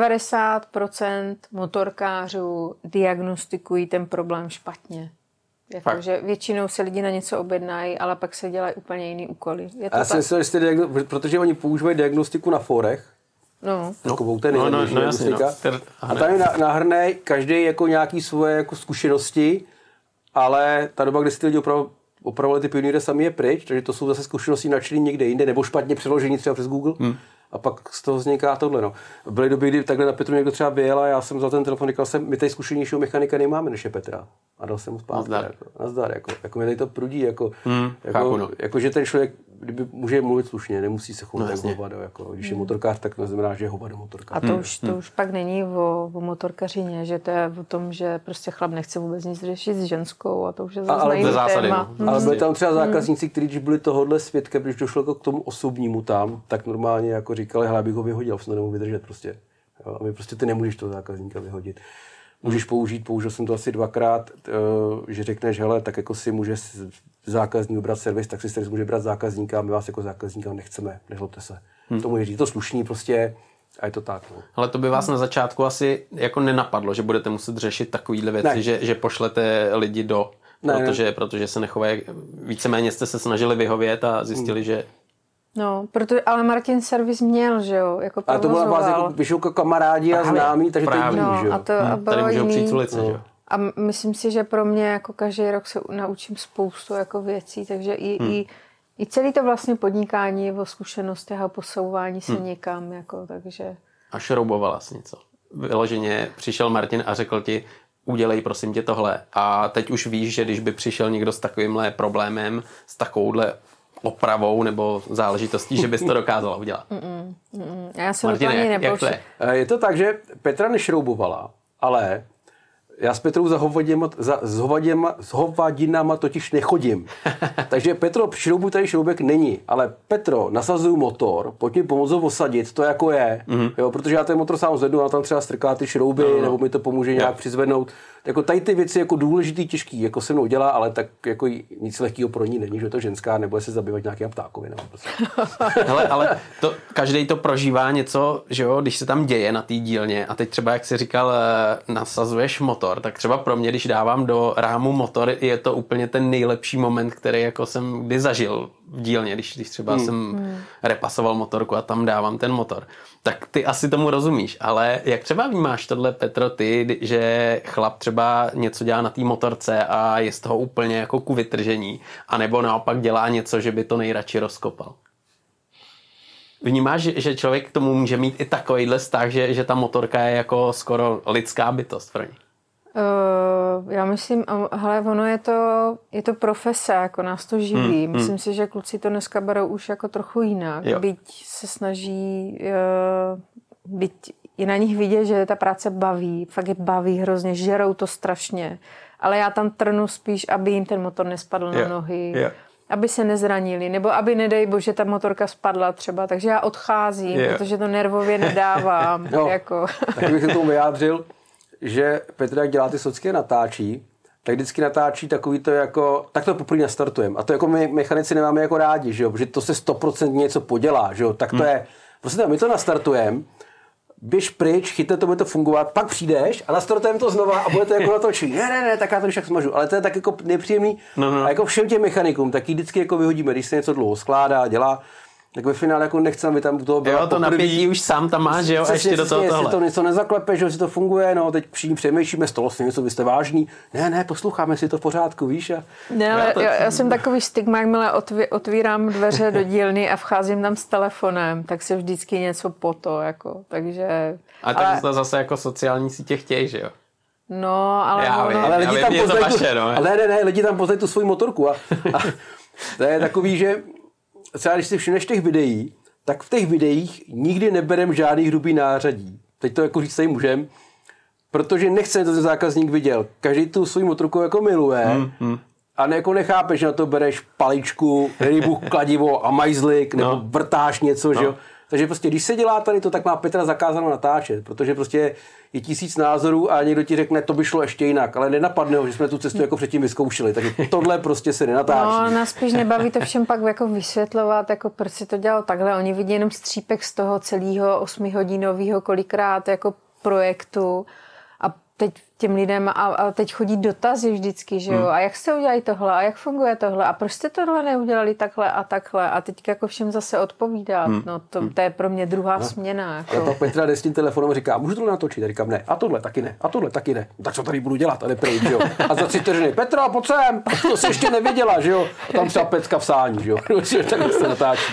90% motorkářů diagnostikují ten problém špatně. Jako, že většinou se lidi na něco objednají, ale pak se dělají úplně jiný úkoly. Je to já si myslím, že protože oni používají diagnostiku na fórech, takovou ten diagnostika. A tam je nahrnej každý jako nějaký svoje jako zkušenosti, ale ta doba, kdy si ty lidi opravovali ty pionýry sami je pryč, takže to jsou zase zkušenosti načtený někde jinde, nebo špatně přeložení třeba přes Google. A pak z toho vzniká tohle. No. Byly doby, kdy takhle na Petru někdo třeba vyjel a já jsem vzal ten telefon, říkal jsem, my tady zkušenějšího mechanika nemáme, než je Petra. A dal jsem mu zpátky. Nazdar. Jako mě tady to prudí. Jako, že ten člověk, kdyby může mluvit slušně, nemusí se chovat jako hovado. Jako, když je motorkář, tak to neznamená, že je hovado motorkář. A to už pak není o motorkařině, že to je o tom, že prostě chlap nechce vůbec nic řešit s ženskou a to už je zase jiný téma. Ale byli tam třeba zákazníci, kteří, když byli tohodle svědkem, když došlo k tomu osobnímu tam, tak normálně jako říkali, hele, bych ho vyhodil, jsem to nemohl vydržet prostě. Jo, a my prostě ty nemůžeš toho zákazníka vyhodit. Můžeš použil jsem to asi 2krát, že řekneš, hele, tak jako si může zákazník brát servis, tak si servis může brát zákazníka a my vás jako zákazníka nechceme, nezlobte se. To může říct, to slušný prostě a je to tak. No. Ale to by vás na začátku asi jako nenapadlo, že budete muset řešit takovýhle věci, že pošlete lidi protože se nechovají, víceméně jste se snažili vyhovět a zjistili, že... No, ale Martin servis měl, že jo, jako provozoval. A to byla vás jako vyšel kamarádi a známí, takže právě. To je jiný, že jo. A tady můžou přijít ulice, že jo. A myslím si, že pro mě jako každý rok se naučím spoustu jako věcí, takže i celý to vlastně podnikání je o zkušenostech a posouvání se někam, jako, takže... A šroubovala jsi něco. Vyloženě přišel Martin a řekl ti, udělej prosím tě tohle. A teď už víš, že když by přišel někdo s takovýmhle problémem, s takovouhle opravou nebo záležitostí, že bys to dokázala udělat. Já jsem Martine, to ani nepouštěl. Je to tak, že Petra nešroubovala, ale já s Petrou s hovadinama totiž nechodím. Takže Petro, šroubuj tady šroubek není, ale Petro, nasazuju motor, pojď mi pomoct ho osadit, to jako je, jo, protože já ten motor sám zvednu, ale tam třeba strká ty šrouby, nebo mi to pomůže nějak přizvednout. Jako tady ty věci jako důležitý, těžký, jako se mnou dělá, ale tak jako nic lehkého pro ní není, že je to ženská, nebude se zabývat nějakým ptákovým. Prostě. Hele, ale každý to prožívá něco, že jo, když se tam děje na té dílně a teď třeba, jak jsi říkal, nasazuješ motor, tak třeba pro mě, když dávám do rámu motor, je to úplně ten nejlepší moment, který jako jsem kdy zažil v dílně, když třeba jsem repasoval motorku a tam dávám ten motor. Tak ty asi tomu rozumíš, ale jak třeba vnímáš tohle, Petro, ty, že chlap třeba něco dělá na té motorce a je z toho úplně jako ku vytržení, anebo naopak dělá něco, že by to nejradši rozkopal? Vnímáš, že člověk k tomu může mít i takovýhle vztah, že ta motorka je jako skoro lidská bytost pro ní? Já myslím, hele, ono je to profese, jako nás to živí. Myslím si, že kluci to dneska berou už jako trochu jinak. Byť se snaží, byť je na nich vidět, že ta práce baví, fakt je baví hrozně, žerou to strašně. Ale já tam trnu spíš, aby jim ten motor nespadl na nohy, aby se nezranili, nebo aby, nedej bože, ta motorka spadla třeba, takže já odcházím, protože to nervově nedávám. Jako. Tak bych se tomu vyjádřil, že Petr, jak dělá ty socky natáčí, tak vždycky natáčí takový to jako, tak to poprvé nastartujeme. A to jako my mechanici nemáme jako rádi, že jo, protože to se 100% něco podělá, že jo, tak to je, prostě my to nastartujeme, běž pryč, chytne to, bude to fungovat, pak přijdeš a nastartujeme to znova a bude to jako natočí. Ne, tak já to však smažu, ale to je tak jako nepříjemný. A jako všem těm mechanikům, tak ji vždycky jako vyhodíme, když se něco dlouho skládá, dělá, tak ve finále jako nechceme, aby tam u toho byla to napětí už sám tam máš, jo, a ještě do toho tohle. Jestli to něco nezaklepe, že to funguje, no, teď přemýšlíme z toho, něco, vy jste vážný. Ne, posloucháme si to v pořádku, víš? Ne, ale já jsem takový stigma, jakmile otvírám dveře do dílny a vcházím tam s telefonem, tak se vždycky něco jako, takže... A tak to zase jako sociální sítě chtějí, že jo? No, ale... Ale lidi tam poznají tu svoji motorku a to je takový, že třeba když si všimneš těch videí, tak v těch videích nikdy neberem žádný hrubý nářadí. Teď to jako říct tady můžem, protože nechce, to ten zákazník viděl. Každý tu svou motorku jako miluje a jako nechápe, že na to bereš paličku, rybu, kladivo a majzlik, nebo vrtáš něco, že jo. Takže prostě, když se dělá tady to, tak má Petra zakázáno natáčet, protože prostě je 1000 názorů a někdo ti řekne, to by šlo ještě jinak, ale nenapadne ho, že jsme tu cestu jako předtím vyzkoušeli, takže tohle prostě se nenatáčí. No, nás spíš nebaví to všem pak jako vysvětlovat, jako proč si to dělal takhle. Oni vidí jenom střípek z toho celého 8hodinového kolikrát jako projektu a teď těm lidem a teď chodí dotazy vždycky, že jo, a jak jste udělali tohle a jak funguje tohle a proč jste tohle neudělali takhle a teď jako všem zase odpovídat, no to je pro mě druhá směna. Jako. Ale pak Petra jde s tím telefonem a říká, můžu tohle natočit? A říkám, ne, a tohle taky ne, a tohle taky ne. Tak co tady budu dělat? A jde pryč, že jo. A za 3 vteřiny, Petra, pojď sem, to jsi ještě neviděla, že jo. A tam třeba pecka v sání, že jo. Takhle se natáčí.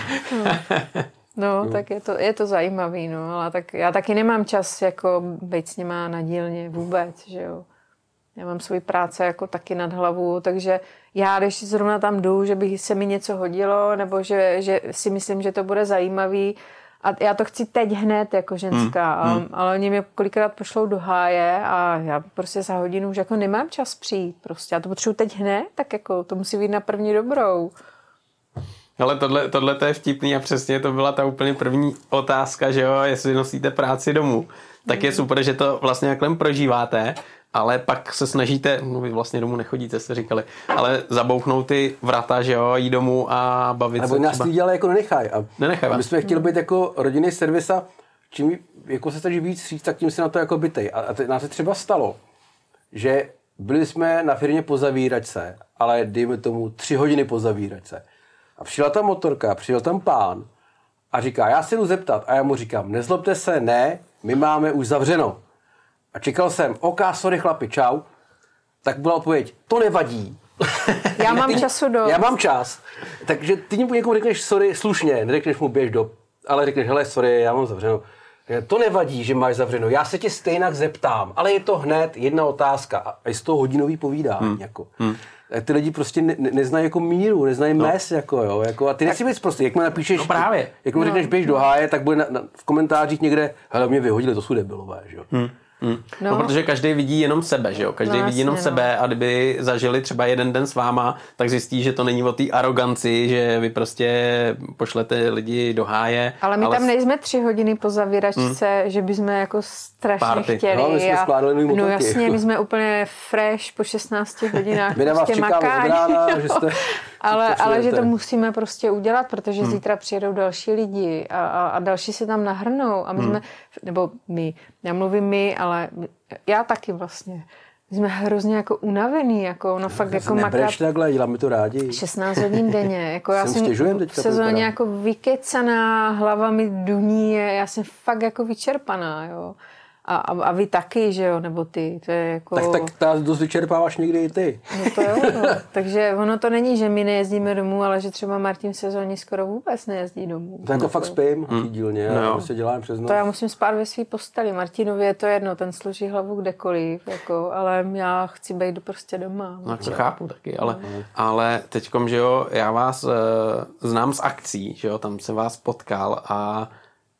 No, tak je to zajímavý, no, ale tak já taky nemám čas jako být s nima na dílně vůbec, že jo. Já mám svoji práce jako taky nad hlavu, takže já, když zrovna tam jdu, že by se mi něco hodilo, nebo že si myslím, že to bude zajímavý, a já to chci teď hned jako ženská, ale oni mě kolikrát pošlou do háje a já prostě za hodinu už jako nemám čas přijít prostě. Já to potřebuji teď hned, tak jako to musí být na první dobrou. Ale tohle to je vtipný a přesně to byla ta úplně první otázka, že jo, jestli nosíte práci domů. Tak je super, že to vlastně jakhle prožíváte, ale pak se snažíte, no vy vlastně domů nechodíte, jste říkali, ale zabouchnout ty vrata, že jo, jít domů a bavit nebo se. Nebo nás ty dělali jako nenechaj. Nenechaj. A my jsme chtěli být jako rodinný servis a čím jako se snaží víc říct, tak tím se na to jako bytej. A nás se třeba stalo, že byli jsme na firmě po zavíračce, ale dejme tomu 3 hodiny po zavíračce. A přijela tam motorka, přijel tam pán a říká, já se jdu zeptat. A já mu říkám, nezlobte se, ne, my máme už zavřeno. A čekal jsem, sorry chlapi, čau. Tak byla odpověď, to nevadí. Já mám času dost. Já mám čas. Takže ty někomu řekneš sorry slušně, neřekneš mu běž ale řekneš, hele, sorry, já mám zavřeno. To nevadí, že máš zavřeno, já se tě stejnak zeptám, ale je to hned jedna otázka a je z toho hodinový povídání. Jako. Ty lidi prostě neznají jako míru, neznají mes, jako, jo, jako, a ty nechci být prostě, jak mi napíšeš, jak mi řekneš běž do háje, tak bude v komentářích někde, hele, mě vyhodili, to jsou debilové, že jo. No, protože každý vidí jenom sebe, že jo? Každý vidí jenom sebe a kdyby zažili třeba jeden den s váma, tak zjistí, že to není o té aroganci, že vy prostě pošlete lidi do háje. Ale my tam nejsme 3 hodiny po zavíračce, že bychom jako strašně chtěli. No, my jsme skládali nový motorky. No jasně, my jsme úplně fresh po 16 hodinách. My na vás prostě čekáme od rána, že jste... ale že to musíme prostě udělat, protože zítra přijedou další lidi a další se tam nahrnou a my jsme, nebo my, já mluvím my, ale já taky vlastně. My jsme hrozně jako unavený, jako no fakt jako makat. Takhle, děláme to rádi. 16 hodin denně, jako já jsem v sezóně jako vykecaná, hlava mi duní, já jsem fakt jako vyčerpaná, jo. A vy taky, že jo, nebo ty, to je jako... Tak dost vyčerpáváš někdy i ty. No to jo, no. Takže ono to není, že my nejezdíme domů, ale že třeba Martin v sezóně skoro vůbec nejezdí domů. To jako fakt spím v dílně, a prostě dělám přes noc. To já musím spát ve svý posteli, Martinovi je to jedno, ten složí hlavu kdekoliv, jako, ale já chci být prostě doma. No to chápu taky, ale teďkom, že jo, já vás znám z akcí, že jo, tam jsem vás potkal a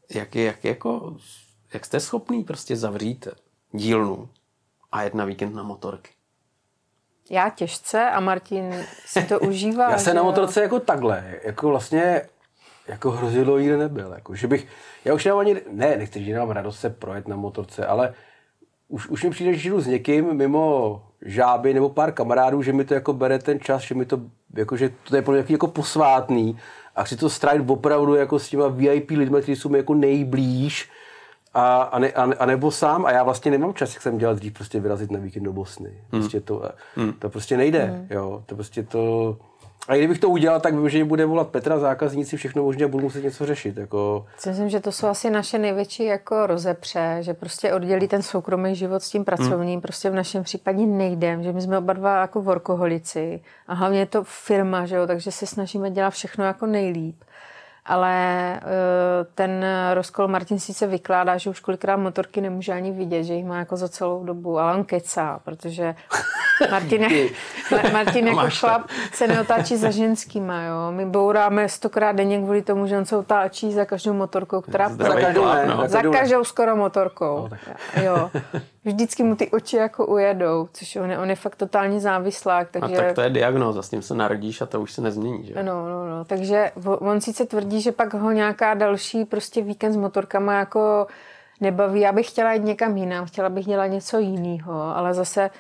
jak jste schopný prostě zavřít dílnu a jet na víkend na motorky? Já těžce a Martin si to užívá. Já se na motorce jako takhle, jako vlastně jako hrozidlo nikdy nebyl. Jako, že bych, já už nemám ani, nechci, že nemám radost se projet na motorce, ale už mi přijde, že jdu s někým mimo žáby nebo pár kamarádů, že mi to jako bere ten čas, že mi to, jako, že to je pro mě jako posvátný a chci to strávit opravdu jako s těma VIP lidmi, kteří jsou mi jako nejblíž, a nebo sám, a já vlastně nemám čas, jak jsem dělal dřív, prostě vyrazit na víkend do Bosny. Prostě to prostě nejde, jo, to prostě to... A kdybych to udělal, tak vím, že mi bude volat Petra, zákazníci, všechno možně, budu muset něco řešit, jako... Myslím, že to jsou asi naše největší jako rozepře, že prostě oddělí ten soukromý život s tím pracovním, prostě v našem případě nejde, že my jsme oba dva jako workoholici a hlavně je to firma, že jo, takže se snažíme dělat všechno jako nejlíp. Ale ten rozkol Martin sice vykládá, že už kolikrát motorky nemůže ani vidět, že jich má jako za celou dobu, ale on kecá, protože Martin jako chlap se neotáčí za ženskýma, jo. My bouráme 100krát denně kvůli tomu, že on se otáčí za každou motorkou, která za každou skoro motorkou. Jo. Vždycky mu ty oči jako ujedou, což on je fakt totálně závislák. Takže... A tak to je diagnóza, s tím se narodíš a to už se nezmění, že? No. Takže on sice tvrdí, že pak ho nějaká další prostě víkend s motorkama jako nebaví. Já bych chtěla jít někam jinam, chtěla bych dělat něco jiného, ale zase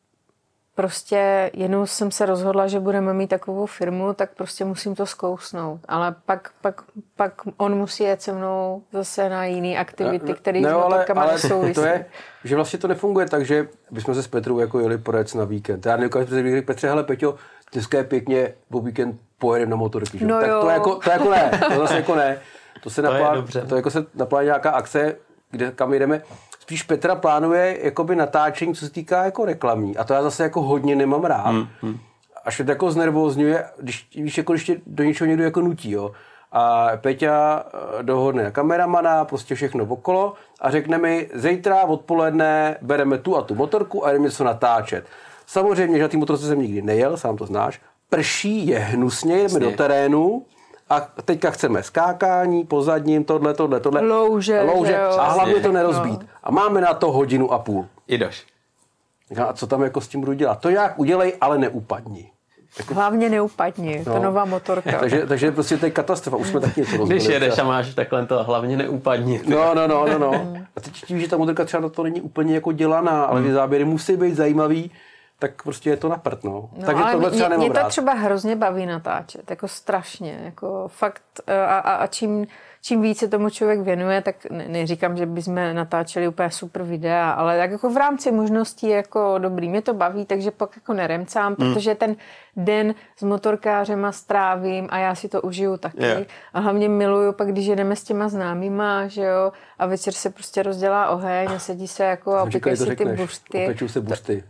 prostě jednou jsem se rozhodla, že budeme mít takovou firmu, tak prostě musím to zkousnout. Ale pak on musí jet se mnou zase na jiné aktivity, které s motorkama nesouvisí. To je, že vlastně to nefunguje tak, že bychom se s Petrou jako jeli pojet na víkend. Já nedokážu představit, Petře, hele Peťo, dneska je pěkně, po víkend pojedeme na motorky. Že? No tak to jako ne, to zase jako ne. To se naplánuje nějaká akce, kam jdeme. Spíš Petra plánuje jakoby natáčení, co se týká jako reklamní. A to já zase jako hodně nemám rád. Až mě to jako znervózňuje, když tě do něčeho někdo jako nutí. Jo. A Peťa dohodne kameramana, prostě všechno okolo a řekne mi, zítra odpoledne bereme tu a tu motorku a jdeme něco natáčet. Samozřejmě, že na té motorce jsem nikdy nejel, sám to znáš. Prší, je hnusně, jdeme do terénu. A teďka chceme skákání, po zadním, tohle. Louže. A hlavně to nerozbít. A máme na to 1,5 hodiny. Idoš. A co tam jako s tím budu dělat? To jak udělej, ale neupadni. Jako... Hlavně neupadni, to nová motorka. takže prostě to je katastrofa. Už jsme taky něco rozbili. Když jedeš a máš takhle to, hlavně neupadni. No. A teď tím, že ta motorka třeba na to není úplně jako dělaná, ale ty záběry musí být zajímavý, tak prostě je to na prd, no. Takže tohle třeba nemám rád. Mě to třeba hrozně baví natáčet, jako strašně, jako fakt a čím více tomu člověk věnuje, tak neříkám, že bychom natáčeli úplně super videa, ale tak jako v rámci možností jako dobrý, mě to baví, takže pak jako neremcám, protože ten den s motorkářema strávím a já si to užiju taky. Yeah. A hlavně miluju pak, když jedeme s těma známýma, že jo, a večer se prostě rozdělá oheň a sedí se jako a opěkají si ty buřty. Opečou se buřty.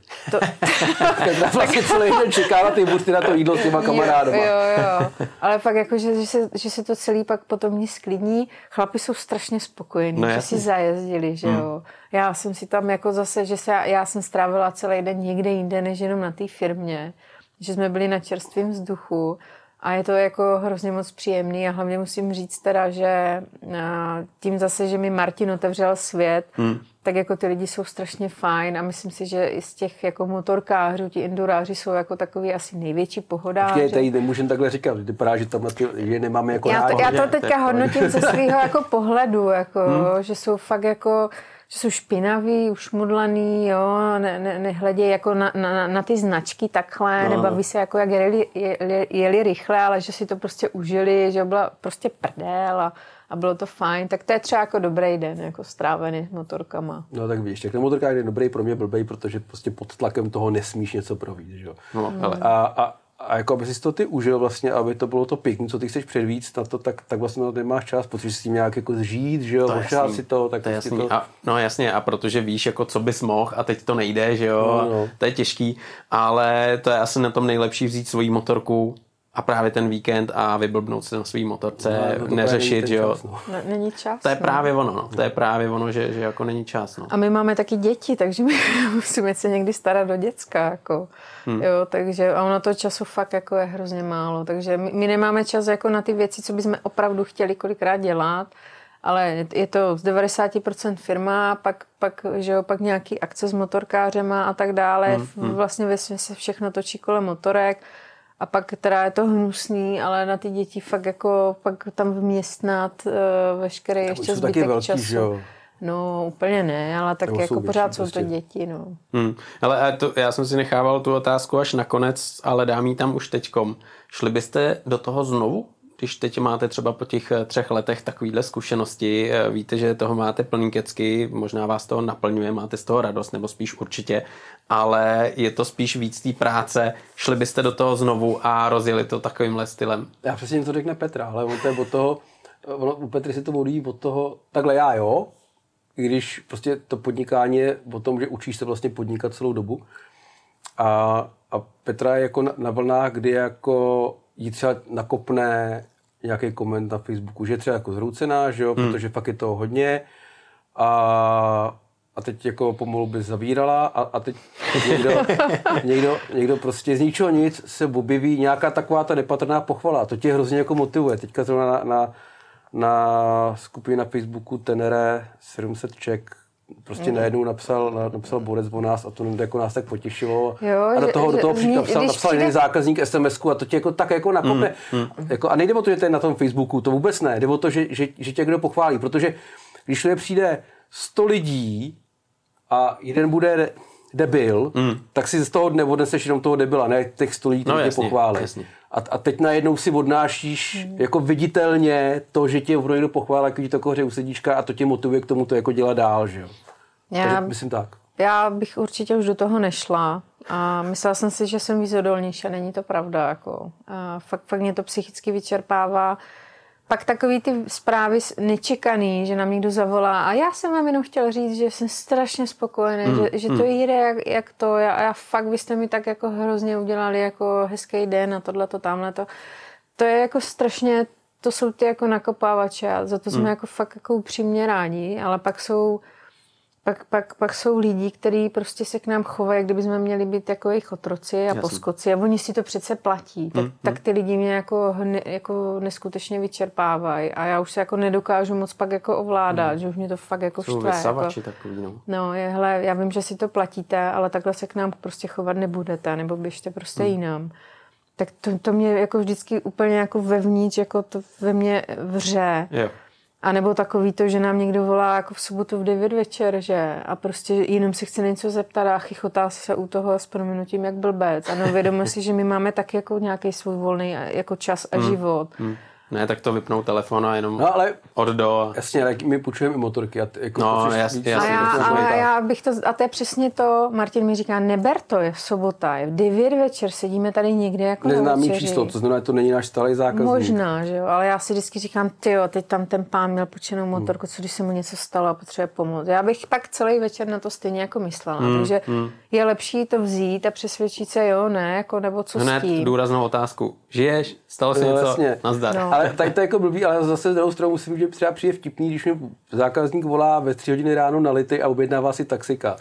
Vlastně celý den čeká na ty buřty, na to jídlo s těma kamarádama. Jo. Ale pak jako, že se to celý pak potom ní sklidní. Chlapi jsou strašně spokojení, že si zajezdili, že jo. Já jsem si tam jako zase, já jsem strávila celý den někde jinde, než jenom na té firmě. Že jsme byli na čerstvém vzduchu a je to jako hrozně moc příjemný a hlavně musím říct teda, že tím zase, že mi Martin otevřel svět, tak jako ty lidi jsou strašně fajn a myslím si, že i z těch jako motorkářů, ti enduráři jsou jako takový asi největší pohodáři. Počkej, tady nemůžem takhle říkat, vypadá, že tam že nemáme jako já to teďka hodnotím ze svého jako pohledu, jako, že jsou fakt jako že jsou špinaví, ušmudlaný, jo, nehledějí jako na ty značky takhle, nebaví se jako jak jeli rychle, ale že si to prostě užili, že byla prostě prdel a bylo to fajn, tak to je třeba jako dobrý den, jako strávený s motorkama. No tak víš, tak ten motorkář je dobrý, pro mě blbej, protože prostě pod tlakem toho nesmíš něco provít, že jo. A jako aby si to ty užil vlastně, aby to bylo to pěkný, co ty chceš předvíct na to, tak vlastně nemáš čas, potřebuješ s tím nějak jako zžít, že jo, ošát si to, tak to je jasný. No jasně, a protože víš, jako co bys mohl a teď to nejde, že jo, to je těžký, ale to je asi na tom nejlepší vzít svoji motorku a právě ten víkend a vyblbnout se na svý motorce, neřešit, že jo. Není čas. To je právě ono, to je právě ono, že jako není čas, no. A my máme taky děti, takže my musíme se někdy starat do děcka, jako. Jo, takže a ono to času fakt jako je hrozně málo, takže my nemáme čas jako na ty věci, co bychom opravdu chtěli kolikrát dělat, ale je to z 90% firma, pak nějaký akce s motorkářema a tak dále, vlastně vesměs se všechno točí kolem motorek. A pak teda je to hnusný, ale na ty děti fakt jako pak tam vměstnat veškerý ještě zbytek velký, času. Že jo? No úplně ne, ale tak jako pořád jsou to děti. No. Ale já jsem si nechával tu otázku až nakonec, ale dám ji tam už teďkom. Šli byste do toho znovu? Když teď máte třeba po těch 3 letech takovýhle zkušenosti, víte, že toho máte plný kecky, možná vás toho naplňuje, máte z toho radost, nebo spíš určitě, ale je to spíš víc té práce. Šli byste do toho znovu a rozjeli to takovýmhle stylem? Já přesně něco řekne Petra, ale on to je od toho, u Petry si to volí od toho, takhle já jo, i když prostě to podnikání je o tom, že učíš se vlastně podnikat celou dobu. A Petra je jako na vlnách, kdy jako jí třeba nakopne nějaký koment na Facebooku, že je třeba jako zhroucená, že jo, protože fakt je toho hodně a a teď jako pomalu by zavírala a teď někdo prostě z ničeho nic se objeví nějaká taková ta nepatrná pochvala a to tě hrozně jako motivuje. Teďka zrovna na skupině na Facebooku Tenere 700 Czech prostě najednou napsal borec o nás a to jako nás tak potěšilo. Jo, a do toho napsal jiný zákazník SMS-ku a to tě jako tak jako nakopne. Jako, a nejde o to, že to je na tom Facebooku, to vůbec ne. Jde o to, že tě kdo pochválí, protože když přijde 100 lidí a jeden bude debil, tak si z toho dne odneseš jenom toho debila, ne těch 100 lidí, kteří tě pochválí. A teď najednou si odnášíš jako viditelně to, že tě někdo pochválí, jako ti to koře u sedíčka a to tě motivuje k tomu to jako dělat dál, že jo. Takže myslím tak. Já bych určitě už do toho nešla a myslela jsem si, že jsem víc odolnější a není to pravda. Jako. A fakt mě to psychicky vyčerpává. Pak takový ty zprávy nečekaný, že nám někdo zavolá a já jsem vám jenom chtěla říct, že jsem strašně spokojený, že to jde jak to. Já fakt byste mi tak jako hrozně udělali jako hezký den a tohleto, tamhleto. To je jako strašně, to jsou ty jako nakopávače a za to jsme jako fakt jako upřímně rádi, ale pak jsou lidi, kteří prostě se k nám chovají, jak kdyby jsme měli být jako jejich otroci a poskoci a oni si to přece platí. Tak ty lidi mě jako neskutečně vyčerpávají a já už se jako nedokážu moc pak jako ovládat, že už mě to fakt jako štve. Jsou vysavači takový, no. No, hele, já vím, že si to platíte, ale takhle se k nám prostě chovat nebudete, nebo běžte prostě jinam. Tak to mě jako vždycky úplně jako vevnitř, jako to ve mně vře. Jo. A nebo takový to, že nám někdo volá jako v sobotu v 9 večer, že? A prostě jenom si chce něco zeptat a chichotá se u toho s prominutím jak blbec. A neuvědomuje si, že my máme taky jako nějaký svůj volný jako čas a život. Ne, tak to vypnout telefon a jenom ale od do. Jasně, ale my půjčujeme i motorky. A jako jasně. A já bych to, a to je přesně to, Martin mi říká, neber to, je sobota, je v 9 večer, sedíme tady někde jako neznámý na večeři. číslo, to znamená, to není náš stálý zákazník. Možná, že jo, ale já si vždycky říkám, tyjo, teď tam ten pán měl půjčenou motorku, co když se mu něco stalo a potřebuje pomoct. Já bych pak celý večer na to stejně jako myslela, takže je lepší to vzít a přesvědčit se, jo, ne, jako nebo co hned s tím. důraznou otázku. Žiješ? Stalo se něco? Vlastně. Nazdar. No. Ale tady to je jako blbý, ale zase z druhou stranu musím říct, že třeba přijde vtipný, když mi zákazník volá ve 3 hodiny ráno na Lity a objednává si taxika.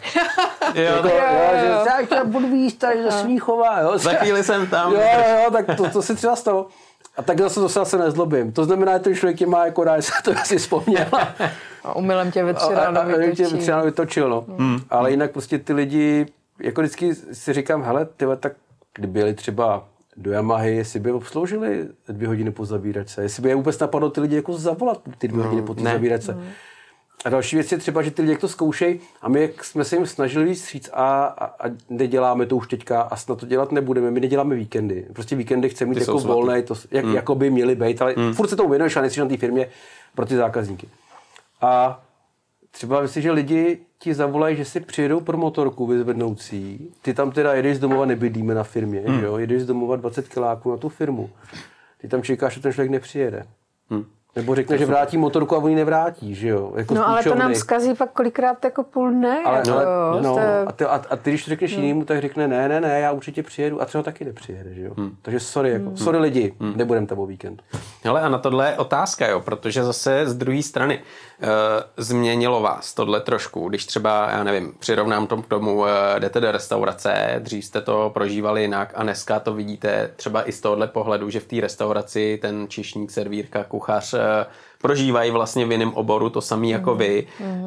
Já budu víc tady ze Smíchova. Jo. Za chvíli jsem tam. Jo, tak to si třeba stalo. A tak zase se nezlobím. To znamená, že ten člověk tě má jako rád, se to asi vzpomněl. A umylem tě ve 3 ráno vytočil. No. Ale jinak prostě ty lidi, jako vždycky si říkám, hele, tyhle, tak kdyby jeli třeba do Yamahy, jestli by obsloužili 2 hodiny po zabíračce, jestli by je vůbec napadlo ty lidi jako zavolat ty 2 hodiny po té zabíračce. A další věc je třeba, že ty lidi jak to zkoušejí a my jak jsme se jim snažili víc říct a neděláme to už teďka a snad to dělat nebudeme, my neděláme víkendy. Prostě víkendy chceme mít jako volnej, jako by měly být, ale furt se tomu věnuješ a nejsi na té firmě pro ty zákazníky. A třeba myslím, že lidi ti zavolají, že si přijedou pro motorku vyzvednoucí, ty tam teda jedeš z domova, nebydlíme na firmě, že jo? Jedeš z domova 20 kiláků na tu firmu. Ty tam čekáš, že ten člověk nepřijede. Nebo řekne, že vrátí motorku a oni nevrátí, že jo? Jako no ale to nám zkazí pak kolikrát jako půl dne. A ty, když to řekneš jinému, tak řekne ne, já určitě přijedu a třeba taky nepřijede, že jo? Takže sorry lidi, nebudem tam o víkend. Hele, a na tohle je otázka, jo, protože zase z druhé strany změnilo vás tohle trošku, když třeba, já nevím, přirovnám to k tomu, jdete do restaurace, dřív jste to prožívali jinak a dneska to vidíte třeba i z tohohle pohledu, že v té restauraci ten číšník, servírka, kuchař prožívají vlastně v jiném oboru to samé jako vy.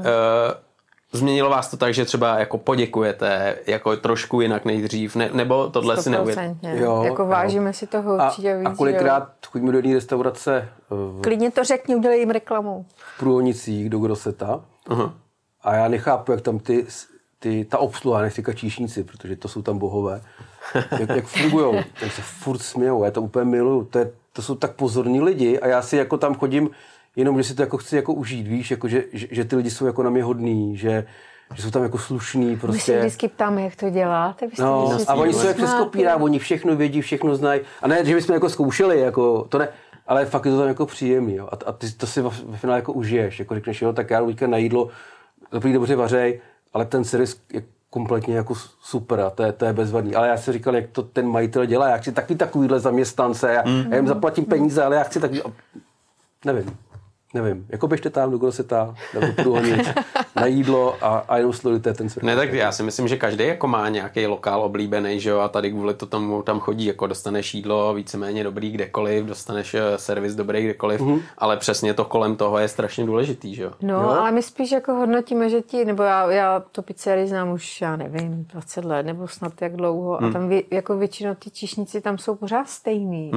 Změnilo vás to tak, že třeba jako poděkujete jako trošku jinak než dřív, nebo tohle 100%. Si neuvědomíte? Jako vážíme si toho určitě víc. A kolikrát chodíme do jedné restaurace klidně to řekni, udělej jim reklamu. V Průhonicích do Groseta. A já nechápu, jak tam ta obsluha, nechci říkat číšníci, protože to jsou tam bohové, jak fungujou. Tam se furt smějou, já to úplně miluju. To jsou tak pozorní lidi a já si jako tam chodím jenom, že si to jako chci jako užít, víš, jako že ty lidi jsou jako na mě hodný, že jsou tam jako slušný, prostě. My se vždycky ptáme, jak to děláte. A oni jsou jak přes kopírák, oni všechno vědí, všechno znají. A ne, že bychom jako zkoušeli, jako to ne, ale fakt je to tam jako příjemný, jo. A ty to si ve finále jako užiješ, jako řekneš, jo, tak já jdu na jídlo, dobrý dobře vařej, ale ten servis je kompletně jako super a to je bezvadný. Ale já si říkal, jak to ten majitel dělá, já chci takovýhle zaměstnance, já jim zaplatím peníze, ale já chci takový, nevím. Nevím, jako běžte tam do Groseta, nebo průhonit na jídlo a jenom sledujte ten svět. Ne, tak já si myslím, že každý jako má nějaký lokál oblíbený, že jo, a tady kvůli to tam chodí, jako dostaneš jídlo víceméně dobrý kdekoliv, dostaneš servis dobrý kdekoliv, ale přesně to kolem toho je strašně důležitý, že jo. No, jo? Ale my spíš jako hodnotíme, že nebo já tu pizzerii znám už, já nevím, 20 let, nebo snad jak dlouho, a tam jako většinou ty číšníci tam jsou pořád stejný,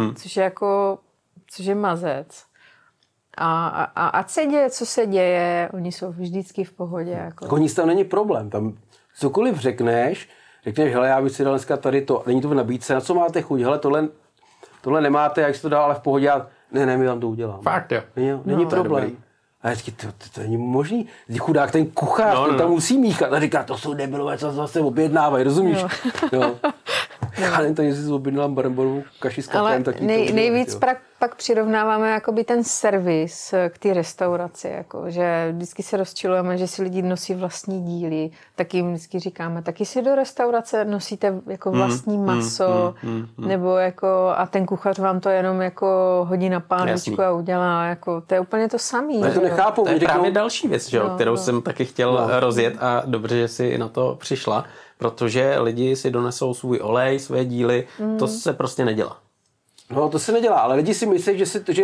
což je mazec. A ať se děje, co se děje, oni jsou vždycky v pohodě. Jako. Nic tam není problém. Tam cokoliv řekneš, hele, já bych si dal dneska tady to, není to v nabídce, na co máte chuť, hele, tohle nemáte, jak si to dal, ale v pohodě, ne, my vám to uděláme. Fakt, jo. Není problém. A vždycky, to není možný. Chudák ten kuchař, ten tam musí míchat a říká, to jsou debilové, co zase objednávají, rozumíš? No. Já nevím, jestli jsi objednala baramborovou kaši s katem, tak nejvíc pak přirovnáváme jakoby ten servis k té restauraci, jako, že vždycky se rozčilujeme, že si lidi nosí vlastní díly, tak jim vždycky říkáme, taky si do restaurace nosíte jako vlastní maso, nebo jako, a ten kuchař vám to jenom jako hodí na pánvičku a udělá, jako, to je úplně to samý. To nechápu. To je právě další věc, že, kterou jsem taky chtěl rozjet a dobře, že jsi na to přišla, protože lidi si donesou svůj olej, své díly, to se prostě nedělá. No, to se nedělá, ale lidi si myslí,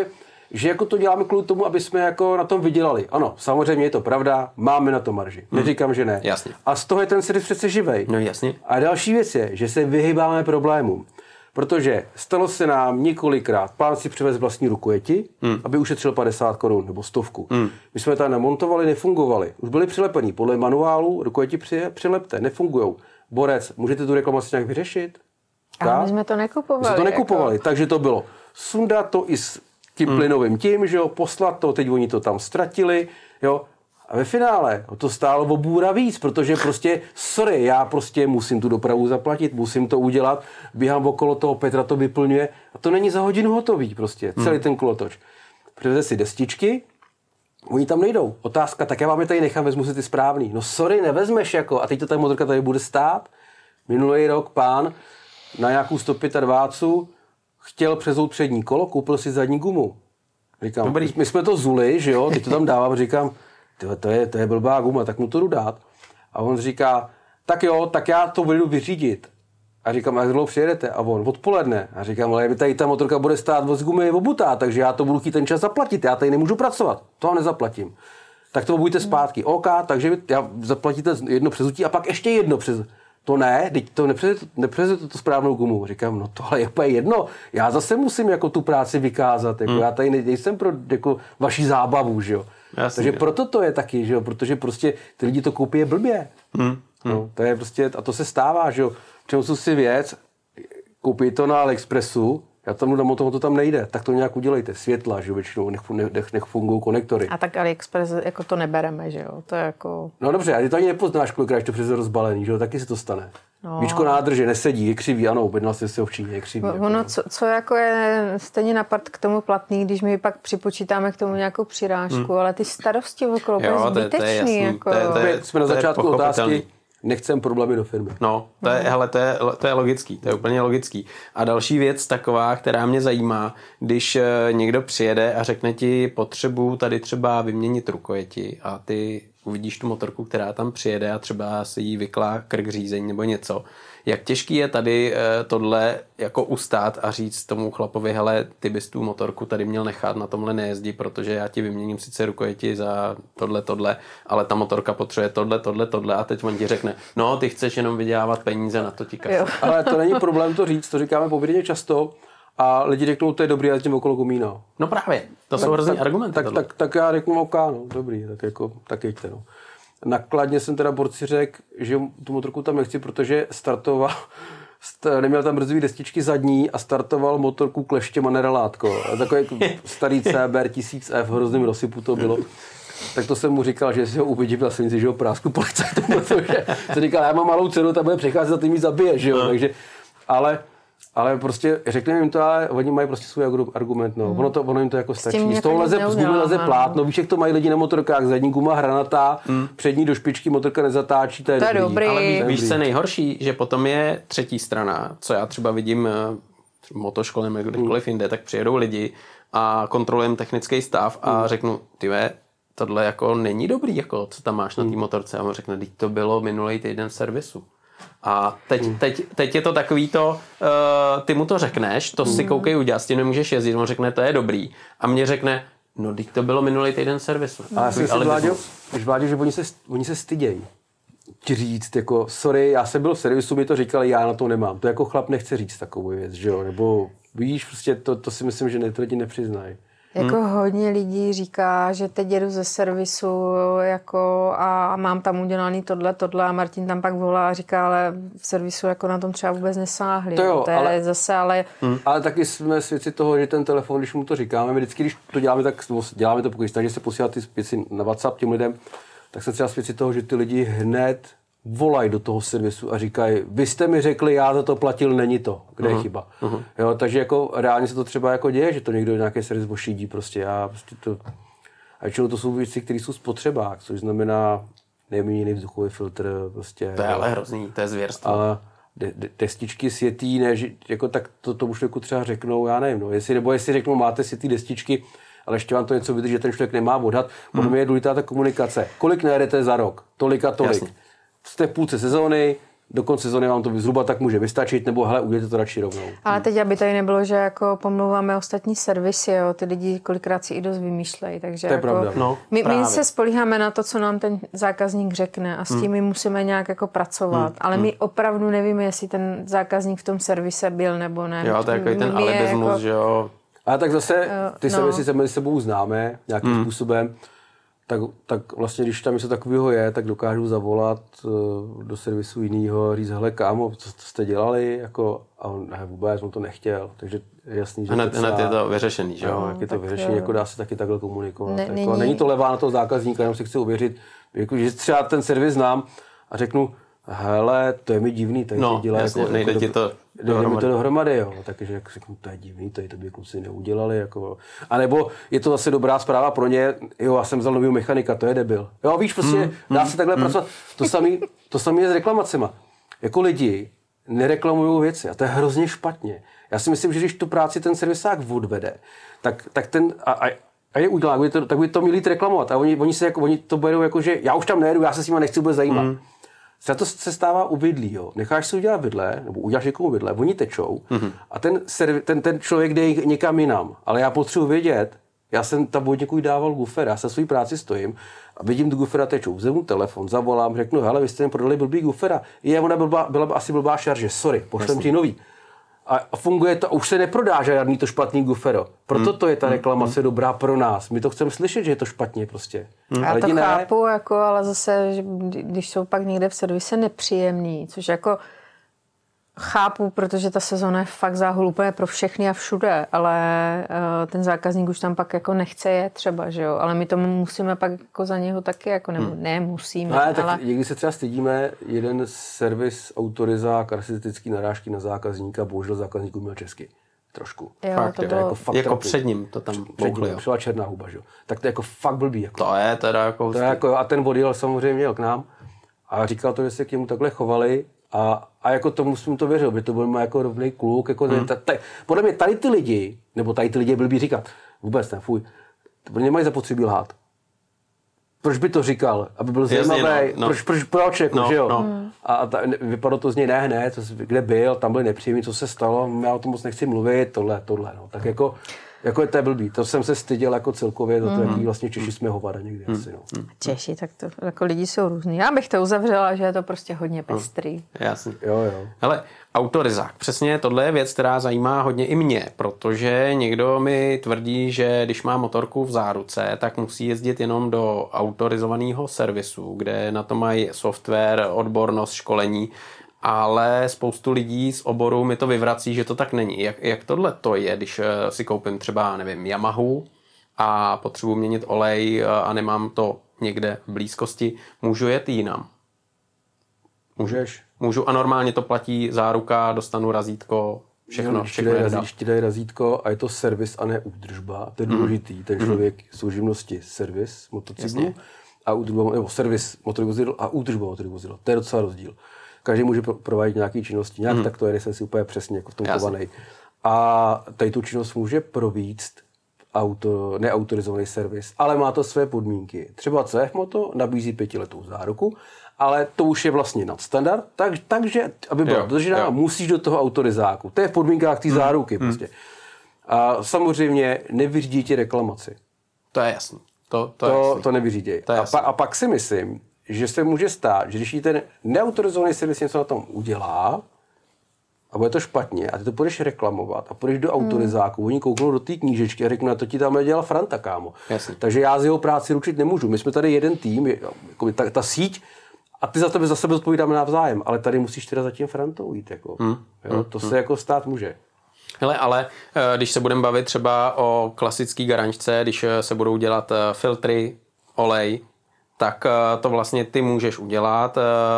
že jako to děláme kvůli tomu, aby jsme jako na tom vydělali. Ano, samozřejmě je to pravda, máme na to marži. Neříkám, že ne. Jasně. A z toho je ten servis přece živej. No jasně. A další věc je, že se vyhýbáme problémům. Protože stalo se nám několikrát, pán si přivez vlastní rukojeti, aby ušetřil 50 korun nebo 100. My jsme tam namontovali, nefungovali. Už byli přilepení. Podle manuálu rukojeti přilepte, nefungujou. Borec, můžete tu reklamaci nějak vyřešit? Ale my jsme to nekupovali. My jsme to nekupovali, takže to bylo sundat to i s tím plynovým tím, že jo, poslat to, teď oni to tam ztratili, jo. A ve finále to stálo o bůra víc, protože prostě, sorry, já prostě musím tu dopravu zaplatit, musím to udělat, běhám okolo toho, Petra to vyplňuje a to není za hodinu hotový prostě, celý ten kolotoč. Přiveze si destičky, oni tam nejdou. Otázka, tak já vám je tady nechám, vezmu si ty správný. No sorry, nevezmeš jako, a teď to ta motorka tady bude stát. Minulý rok pán na nějakou 125 chtěl přezout přední kolo, koupil si zadní gumu. Říkám, my jsme to zuli, že jo, teď to tam dávám, říkám, to je blbá guma, tak mu to jdu dát. A on říká, tak jo, tak já to budu vyřídit. A říkám, jak dlouho přijedete? A on, odpoledne. A říkám, ale mi tady ta motorka bude stát od gumy obutá, takže já to budu chtít ten čas zaplatit, já tady nemůžu pracovat, to nezaplatím. Tak to buďte zpátky. OK, takže já zaplatíte jedno přezutí a pak ještě jedno přezutí. To ne, teď to nepřevzete tu správnou gumu. Říkám, no tohle je úplně jedno. Já zase musím jako tu práci vykázat. Jako já tady nejsem pro jako vaši zábavu, že jo. Jasně, takže proto to je taky, že jo, protože prostě ty lidi to koupí je blbě. No, to je prostě, a to se stává, že jo. Přenesu si věc, koupí to na AliExpressu, já tam jdu, to tam nejde, tak to nějak udělejte. Světla, že jo, většinou nech fungují konektory. A tak AliExpress jako to nebereme, že jo, to je jako... No dobře, a ty to ani nepoznáš, kolikrát je to přes rozbalený, že jo, taky se to stane. No. Víčko nádrže, nesedí, je křivý, ano, objednal jsi si ho v Číně, je křivý. Ono, jako, co jako je stejně na part k tomu platný, když my pak připočítáme k tomu nějakou přirážku, ale ty starosti okolo, to je zbytečný. Jako... Jsme na začátku otázky, nechcem problémy do firmy. No, to je logický, to je úplně logický. A další věc taková, která mě zajímá, když někdo přijede a řekne ti potřebu tady třeba vyměnit rukojeti a ty uvidíš tu motorku, která tam přijede a třeba si jí vyklá krk řízení nebo něco. Jak těžký je tady tohle jako ustát a říct tomu chlapovi, hele, ty bys tu motorku tady měl nechat, na tomhle nejezdí, protože já ti vyměním sice rukojeti za tohle, ale ta motorka potřebuje tohle a teď on ti řekne, no, ty chceš jenom vydělávat peníze, na to ti kašlu. Ale to není problém to říct, to říkáme poměrně často a lidi řeknou, to je dobrý, já tím okolo gumína. No právě, to jsou hrozný argumenty. Tak já řeknu, OK, no, dobrý, tak jeďte, no. Nakladně jsem teda borci řekl, že tu motorku tam nechci, protože neměl tam brzdové destičky zadní a startoval motorku kleštěm a nerelátko. Takový starý CBR 1000F, v hrozným rozsypu to bylo. Tak to jsem mu říkal, že si ho uvidím na silnici, že ho prásku policajtu, protože jsem říkal, já mám malou cenu, ta bude přecházet a ty mi zabije, že jo, takže, ale prostě řekneme jim to, ale oni mají prostě svůj argument, no. Ono jim to jako stačí. Z toho leze plátno, víš, jak to mají lidi na motorkách, zadní guma hranatá, přední do špičky, motorka nezatáčí, to je dobrý. Ale víš, co nejhorší, že potom je třetí strana, co já třeba vidím v motoškole nebo kdekoliv jinde, tak přijedou lidi a kontrolujeme technický stav a řeknu, tyve, tohle jako není dobrý, jako co tam máš na té motorce. A on řekne, teď to bylo minulý týden v servisu. A teď je to takový to, ty mu to řekneš, to si koukej udělat, s tím nemůžeš jezdit, on řekne, to je dobrý. A mě řekne, no teď to bylo minulý týden v servisu. A já si Vláďo, že oni se stydějí ti říct, jako sorry, já jsem byl v servisu, mi to říkali, já na to nemám. To jako chlap nechce říct takovou věc, že jo? Nebo víš, prostě to si myslím, že to lidi nepřiznají. Jako hodně lidí říká, že teď jedu ze servisu jako a mám tam udělaný tohle a Martin tam pak volá a říká, ale v servisu jako na tom třeba vůbec nesáhli. To je ale, zase, ale... Ale taky jsme svědci toho, že ten telefon, když mu to říkáme, my vždycky, když to děláme, tak děláme to, pokud snaží se posílat ty věci na WhatsApp těm lidem, tak jsme třeba svědci toho, že ty lidi hned volají do toho servisu a říkají, vy jste mi řekli, já za to platil, není to, kde je chyba. Jo, takže jako reálně se to třeba jako děje, že to někdo nějaký servis ošidí prostě. Já prostě to... A většinou to jsou věci, které jsou spotřebák, což znamená neměněný vzduchový filtr prostě. To je ale hrozný, to je zvěrstvo. A destičky světý, ne, že, jako tak tomu člověku třeba řeknou, já nevím, no, jestli řeknou, máte světý destičky, ale ještě vám to něco vydrží, že ten člověk nemá odhad. Podle mě je důležitá ta komunikace. Kolik najedete za rok? Tolik a tolik. Jasně. Jste v půlce sezóny, do konce sezóny vám to zhruba tak může vystačit, nebo hele, udělejte to radši rovnou. Ale teď, aby tady nebylo, že jako pomlouváme ostatní servisy, jo, ty lidi kolikrát si i dost vymýšlejí, takže to je jako pravda. No, my se spolíháme na to, co nám ten zákazník řekne a s tím my musíme nějak jako pracovat, ale my opravdu nevíme, jestli ten zákazník v tom servise byl nebo ne. Jo, to je jako ten alibismus, jako... že jo. Ale tak zase ty servisy se mezi sebou známe nějakým způsobem, tak vlastně, když tam něco takového je, tak dokážu zavolat do servisu jinýho, říct, hele kámo, co jste dělali, jako, a on vůbec, on to nechtěl, takže je jasný, že hned je to vyřešený, že jo? No, jak je to vyřešený, jako dá se taky takhle komunikovat. Není to levá na toho zákazníka, jenom si chci uvěřit, jako, že třeba ten servis znám a řeknu, hele, to je mi divný, tady to dělá, jasně, nejde ti to dohromady, jo. Takže jak řeknu, to je divný, tady to by kluci neudělali, jako. A nebo je to zase dobrá zpráva pro ně, jo, já jsem vzal novýho mechanika, to je debil. Jo, víš, prostě dá se takhle pracovat. To samé je s reklamacema. Jako lidi nereklamujou věci a to je hrozně špatně. Já si myslím, že když tu práci ten servisák odvede, tak ten a je udělá, tak by to měli reklamovat. A oni to berou jako, že já už tam nejedu, já se s nimi nechci vůbec zajímat. Třeba to se stává u vidlí, jo. Necháš si udělat vidle, nebo uděláš někomu vidle, oni tečou a ten člověk jde někam jinam. Ale já potřebuji vědět, já jsem tam od někud dával gufer, já se svou práci stojím a vidím tu gufera tečou, vzemu telefon, zavolám, řeknu, hele, vy jste mi prodali blbý gufera. Ona byla asi blbá šarže, sorry, pošlem ti nový. A funguje to, a už se neprodá žádný to špatný gufero. Proto to je ta reklamace dobrá pro nás. My to chceme slyšet, že je to špatně prostě. Já to chápu, jako, ale zase, že když jsou pak někde v servise nepříjemný, což jako chápu, protože ta sezóna je fakt záhul úplně pro všechny a všude, ale ten zákazník už tam pak jako nechce je třeba, že jo, ale my to musíme pak jako za něho taky, jako nemusíme. Ale tak někdy se třeba stydíme, jeden servis autorizá karakteristický narážky na zákazníka, bohužel zákazník uměl česky. Trošku. Jo, fakt, to bylo... jako před ním to tam boukli. Přišla černá huba, že jo. Tak to je jako fakt blbý. Jako. To je teda jako... To je jako, a ten odjel samozřejmě jel k nám a říkal to, že se k němu takhle chovali a jako tomu jsem to věřil, že to byl jako rovný kluk. Jako podle mě tady ty lidi, nebo tady ty lidi je blbý říkat, vůbec ne, fuj, nemají zapotřebí lhát. Proč by to říkal? Aby byl zajímavý. Proč jako, že jo? A vypadlo to z něj, ne, kde byl, tam byl nepříjemný, co se stalo, já o tom moc nechci mluvit, tohle, no. Tak jako to je blbý. To jsem se styděl jako celkově za to, jaký vlastně Češi jsme hovada někdy asi, no. Češi, tak to jako lidi jsou různý. Já bych to uzavřela, že je to prostě hodně pestrý. Jasně. Jo. Hele, autorizák. Přesně tohle je věc, která zajímá hodně i mě, protože někdo mi tvrdí, že když má motorku v záruce, tak musí jezdit jenom do autorizovaného servisu, kde na to mají software, odbornost, školení, ale spoustu lidí z oboru mi to vyvrací, že to tak není. Jak tohle to je, když si koupím třeba, nevím, Yamahu a potřebuji měnit olej a nemám to někde v blízkosti, můžu jet jinam? Můžeš. Můžu a normálně to platí záruka, dostanu razítko, všechno. Když ti dají razítko a je to servis a ne údržba, to je důležitý. Ten člověk jsou živnosti servis motocyklu a údržba, nebo servis motorových vozidel a údržba motorových vozidel. To je docela rozdíl. Každý může provádět nějaké činnosti, nějak tak to je, jsem si úplně přesně jako v tom kovanej. A tady tu činnost může províct neautorizovaný servis, ale má to své podmínky. Třeba CF Moto nabízí 5letou záruku, ale to už je vlastně nadstandard, takže aby byla dodržena, musíš do toho autorizáku. To je v podmínkách té záruky prostě. A samozřejmě nevyřídí ti reklamaci. To je jasný. To nevyřídí. A pak si myslím, že se může stát, že když jí ten neautorizovaný servis něco na tom udělá, a bude to špatně, a ty to budeš reklamovat a půjdeš do autorizáku, oni kouknou do té knížečky a řeknou, na to ti tam nedělal Franta, kámo. Jasně. Takže já z jeho práci ručit nemůžu. My jsme tady jeden tým, jako ta síť, a ty za sebe odpovídáme navzájem, ale tady musíš teda za tím Frantou jít. Jako. To se jako stát může. Hele, ale když se budeme bavit třeba o klasický garančce, když se budou dělat filtry, olej, tak to vlastně ty můžeš udělat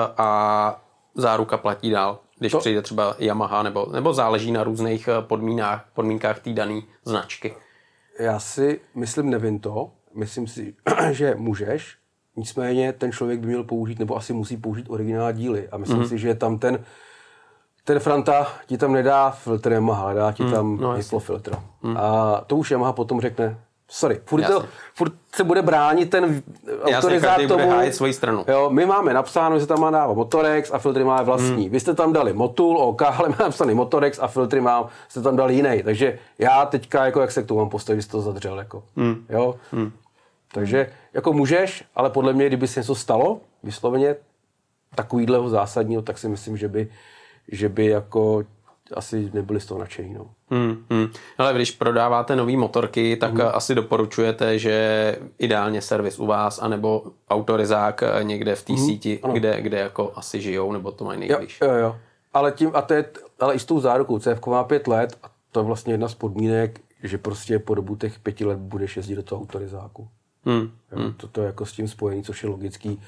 a záruka platí dál. Když přijde třeba Yamaha, nebo záleží na různých podmínkách té dané značky. Já si myslím, nevím to. Myslím si, že můžeš. Nicméně ten člověk by měl použít, nebo asi musí použít originální díly. A myslím si, že tam ten Franta ti tam nedá filtr Yamaha, ale dá ti tam hyplofiltr. A to už Yamaha potom řekne, sorry, furt se bude bránit ten autorizát tomu. Bude hájit svoji stranu. Jo, my máme napsáno, že tam má dávat Motorex a filtry máme vlastní. Vy jste tam dali Motul, OK, ale máme napsaný Motorex a filtry jste tam dali jiný. Takže já teďka, jako jak se k tomu mám postavit, jsi to zadřel. Jako. Jo? Takže jako můžeš, ale podle mě, kdyby se něco stalo, vysloveně takovýhleho zásadního, tak si myslím, že by jako asi nebyli z toho nadšení. No. Ale když prodáváte nový motorky, tak asi doporučujete, že ideálně servis u vás, anebo autorizák někde v té síti, kde jako asi žijou, nebo to mají nejblíž. Jo. Ale i s tou zárukou. CF má 5 let a to je vlastně jedna z podmínek, že prostě po dobu těch 5 let budeš jezdit do toho autorizáku. To je jako s tím spojený, což je logický,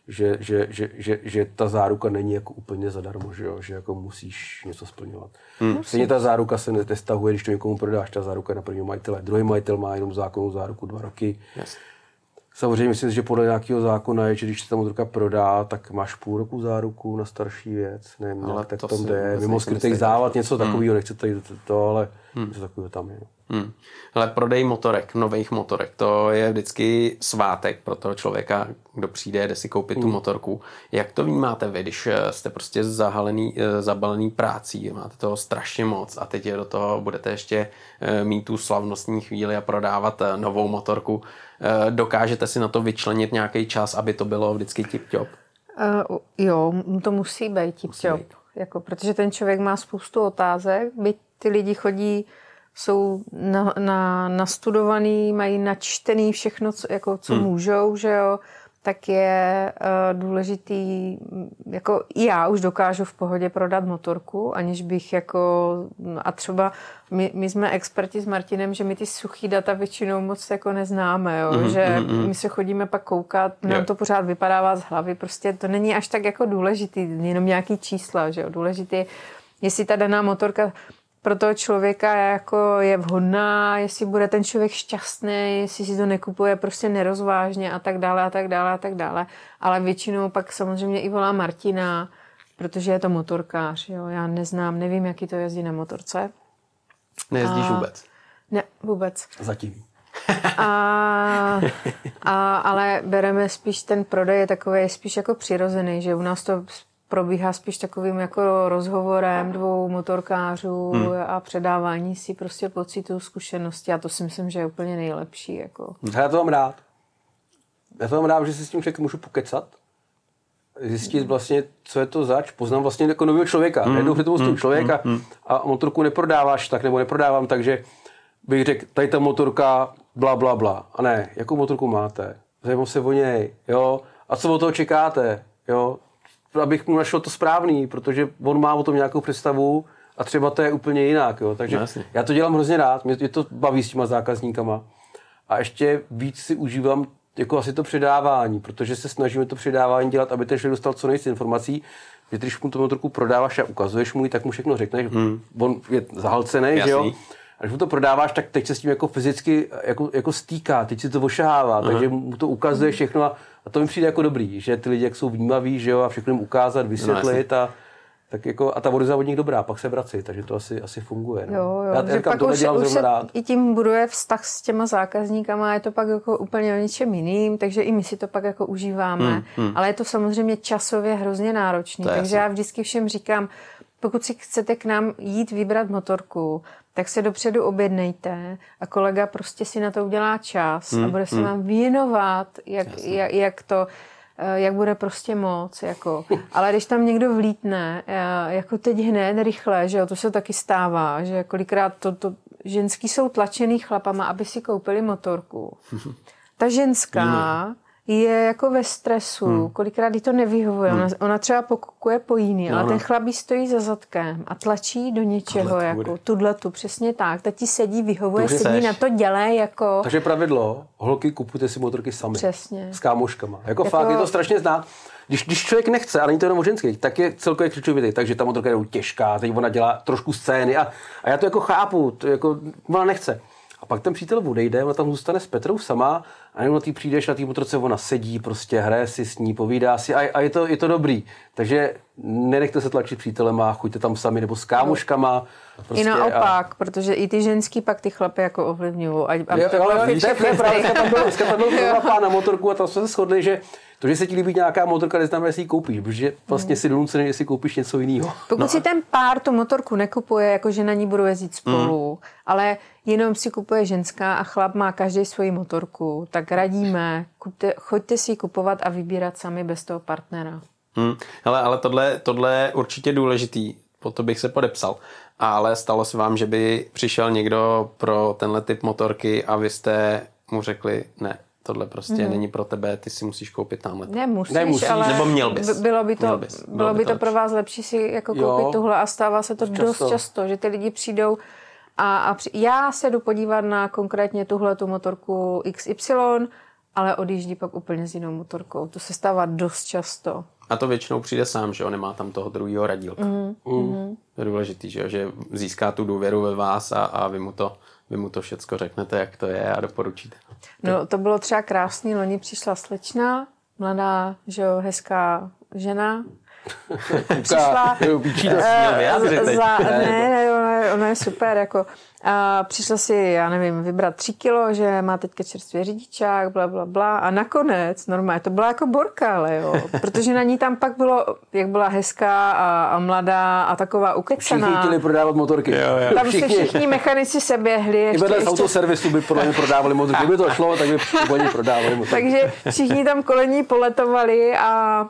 že ta záruka není jako úplně zadarmo, že jako musíš něco splňovat. Stejně ta záruka se nestahuje, když to někomu prodáš, ta záruka na prvního majitele. Druhý majitel má jenom zákonnou záruku 2 roky. Yes. Samozřejmě myslím, že podle nějakého zákona je, že když se ta motorka prodá, tak máš půl roku záruku na starší věc. Nevím, ale tak tam jde. Mimo skrytý závad, něco takového, nechci tady to, ale něco takového tam je. Ale prodej motorek, nových motorek, to je vždycky svátek pro toho člověka, kdo přijde, jde si koupit tu motorku. Jak to vnímáte vy, když jste prostě zabalený prácí, máte toho strašně moc a teď do toho budete ještě mít tu slavnostní chvíli a prodávat novou motorku. Dokážete si na to vyčlenit nějaký čas, aby to bylo vždycky tip-top? Jo, to musí být tip-top. Jako, protože ten člověk má spoustu otázek, byť ty lidi jsou nastudovaný, mají načtený všechno, co můžou, že jo, tak je důležitý, jako i já už dokážu v pohodě prodat motorku, aniž bych jako, a třeba my jsme experti s Martinem, že my ty suchý data většinou moc jako neznáme, jo, že my se chodíme pak koukat, nám to pořád vypadává z hlavy, prostě to není až tak jako důležitý, jenom nějaký čísla, že jo, důležitý je, jestli ta daná motorka pro toho člověka jako je vhodná, jestli bude ten člověk šťastný, jestli si to nekupuje prostě nerozvážně a tak dále a tak dále a tak dále. Ale většinou pak samozřejmě i volá Martina, protože je to motorkář. Jo. Já nevím, jaký to jezdí na motorce. Nejezdíš vůbec? Ne, vůbec. Zatím. Ale bereme spíš ten prodej je takový spíš jako přirozený, že u nás to probíhá spíš takovým jako rozhovorem 2 motorkářů a předávání si prostě pocitů, zkušeností a to si myslím, že je úplně nejlepší. Jako. Já to mám rád. Že si s tím člověkem můžu pokecat, zjistit vlastně, co je to zač, poznám vlastně jako nového člověka. Najednou před tebou člověka a motorku neprodáváš tak, nebo neprodávám, takže bych řekl, tady ta motorka, bla, bla, bla. A ne, jakou motorku máte? Zajímám se o něj, jo? A co od toho čekáte, jo? Abych mu našel to správný, protože on má o tom nějakou představu a třeba to je úplně jinak. Jo. Takže já to dělám hrozně rád, mě to baví s těma zákazníkama. A ještě víc si užívám jako asi to předávání, protože se snažíme to předávání dělat, aby ten člověk dostal co nejvíc informací, že když mu to motorku prodáváš a ukazuješ mu ji, tak mu všechno řekneš. On je zahalcený, že jo? A když mu to prodáváš, tak teď se s tím jako fyzicky jako stýká, teď si to ošahává, takže mu to ukazuje všechno a to mi přijde jako dobrý, že ty lidi jak jsou vnímaví, že jo, a všechno jim ukázat, vysvětlit tak jako, a ta voda od nich dobrá, pak se vrací, takže to asi funguje. No. Jo, já říkám, pak to nedělám zrovna rád. I tím buduje vztah s těma zákazníkama, je to pak jako úplně o něčem jiným, takže i my si to pak jako užíváme, ale je to samozřejmě časově hrozně náročný, takže já vždycky všem říkám, pokud si chcete k nám jít vybrat motorku, tak se dopředu objednejte a kolega prostě si na to udělá čas a bude se vám věnovat, jak bude prostě moc, jako. Ale když tam někdo vlítne, jako teď hned, rychle, že jo, to se taky stává, že kolikrát to ženský jsou tlačený chlapama, aby si koupili motorku. Ta ženská je jako ve stresu, kolikrát jí to nevyhovuje, ona třeba pokukuje po jiný, ale ten chlap jí stojí za zadkem a tlačí do něčeho, jako tudletu, přesně tak, ta ti sedí, vyhovuje, sedí na to, dělej, jako. Takže pravidlo, holky, kupujte si motorky sami. Přesně. S kámoškama. Jako fakt, je to strašně znát. Když člověk nechce, ale není to jenom o ženských, tak je celkově křičovitý, takže ta motorka je těžká, teď ona dělá trošku scény a já to jako chápu, to jako ona nechce. A pak ten přítel odejde, ona tam zůstane s Petrou sama a jenom na tý přijdeš, na té motorce ona sedí, prostě hraje si s ní, povídá si a je to dobrý. Takže nenechte se tlačit přítelem a choďte tam sami nebo s kámoškama. Prostě, i naopak, protože i ty ženský pak ty chlapy jako ovlivňují. Dneska tam byl chlapá na motorku a tam jsme se shodli, že to, že se ti líbí nějaká motorka, neznamená, jestli ji koupíš, protože vlastně si donucený, jestli koupíš něco jiného. Pokud si ten pár tu motorku nekupuje, jako že na ní budou jezdit spolu, ale jenom si kupuje ženská a chlap má každý svoji motorku, tak radíme, choďte si ji kupovat a vybírat sami bez toho partnera. Hele, ale tohle je určitě důležitý, po to bych se podepsal. Ale stalo se vám, že by přišel někdo pro tenhle typ motorky a vy jste mu řekli, ne, tohle prostě není pro tebe, ty si musíš koupit tamhle. Nemusíš, ale nebo měl bys. Bylo by to pro vás lepší si jako koupit tuhle a stává se to dost často, že ty lidi přijdou já se jdu podívat na konkrétně tuhletu motorku XY, ale odjíždí pak úplně s jinou motorkou. To se stává dost často. A to většinou přijde sám, že jo, nemá tam toho druhého radílka. To je důležitý, že získá tu důvěru ve vás a vy mu to všecko řeknete, jak to je a doporučíte. No to bylo třeba krásný, loni přišla slečna, mladá, že jo, hezká žena. Přišla ona je super, jako přišla si, já nevím, vybrat 3 kilo, že má teďka čerstvý řidičák, bla a nakonec, normálně, to byla jako borka, ale jo, protože na ní tam pak bylo, jak byla hezká a mladá a taková ukecaná. Všichni chtěli prodávat motorky. Jo. Tam se všichni mechanici se běhli. I vedle z autoservisu by podle mě prodávali motorky. Kdyby to šlo, tak by oni prodávali motorky. Takže všichni tam kolem ní poletovali a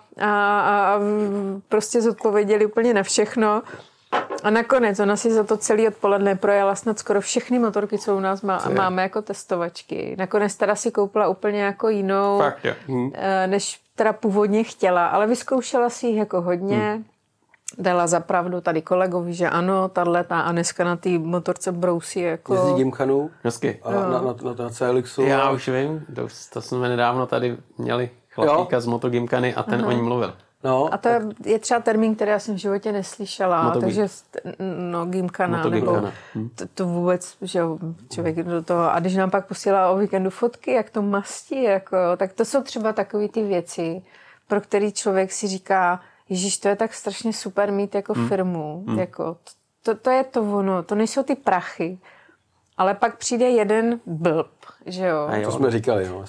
prostě zodpověděli úplně na všechno. A nakonec ona si za to celý odpoledne projela snad skoro všechny motorky, co u nás máme jako testovačky. Nakonec teda si koupila úplně jako jinou, než teda původně chtěla, ale vyzkoušela si jich jako hodně. Dala za pravdu tady kolegovi, že ano, tato a dneska na té motorce brousí jako... Jezdí Gymkhanu na CLXu. Já už vím, to jsme nedávno tady měli chlapíka z Moto Gymkhany a ten o ní mluvil. No, a to je třeba termín, který já jsem v životě neslyšela, takže Gymkhana, nebo to vůbec, že člověk do toho, a když nám pak posílá o víkendu fotky, jak to mastí, jako, tak to jsou třeba takové ty věci, pro který člověk si říká, ježiš, to je tak strašně super mít jako firmu, jako, to je to ono, to nejsou ty prachy, ale pak přijde jeden blb, že jo. To jsme říkali, no.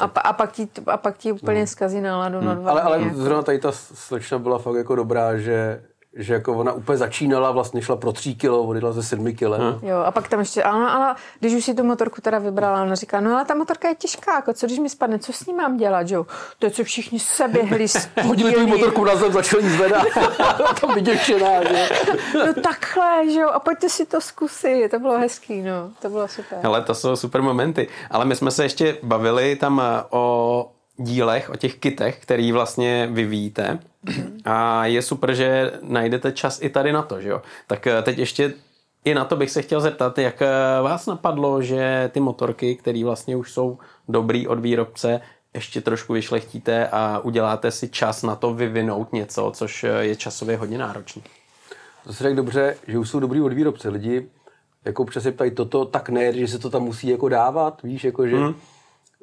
A pak ti úplně zkazí náladu na 2 dny. Ale zrovna tady ta slečna byla fakt jako dobrá, že jako ona úplně začínala, vlastně šla pro 3 kilo, odjela ze 7 kilo. Jo, a pak tam ještě, ale když už si tu motorku teda vybrala, ona říká, no ale ta motorka je těžká, jako co když mi spadne, co s ní mám dělat, že jo? To je, co všichni se běhli. Hodili tu motorku na zem, začali zvedat. Tam vyděšená, že no takhle, že jo, a pojďte si to zkusit, to bylo hezký, no, to bylo super. Hele, to jsou super momenty, ale my jsme se ještě bavili tam o dílech, o těch kitech, který vlastně vyvíjíte. A je super, že najdete čas i tady na to, že jo. Tak teď ještě i na to bych se chtěl zeptat, jak vás napadlo, že ty motorky, které vlastně už jsou dobrý od výrobce, ještě trošku vyšlechtíte a uděláte si čas na to vyvinout něco, což je časově hodně náročné. To se řekl dobře, že už jsou dobrý od výrobce. Lidi jako občas se ptají toto, tak ne, že se to tam musí jako dávat, víš, jako že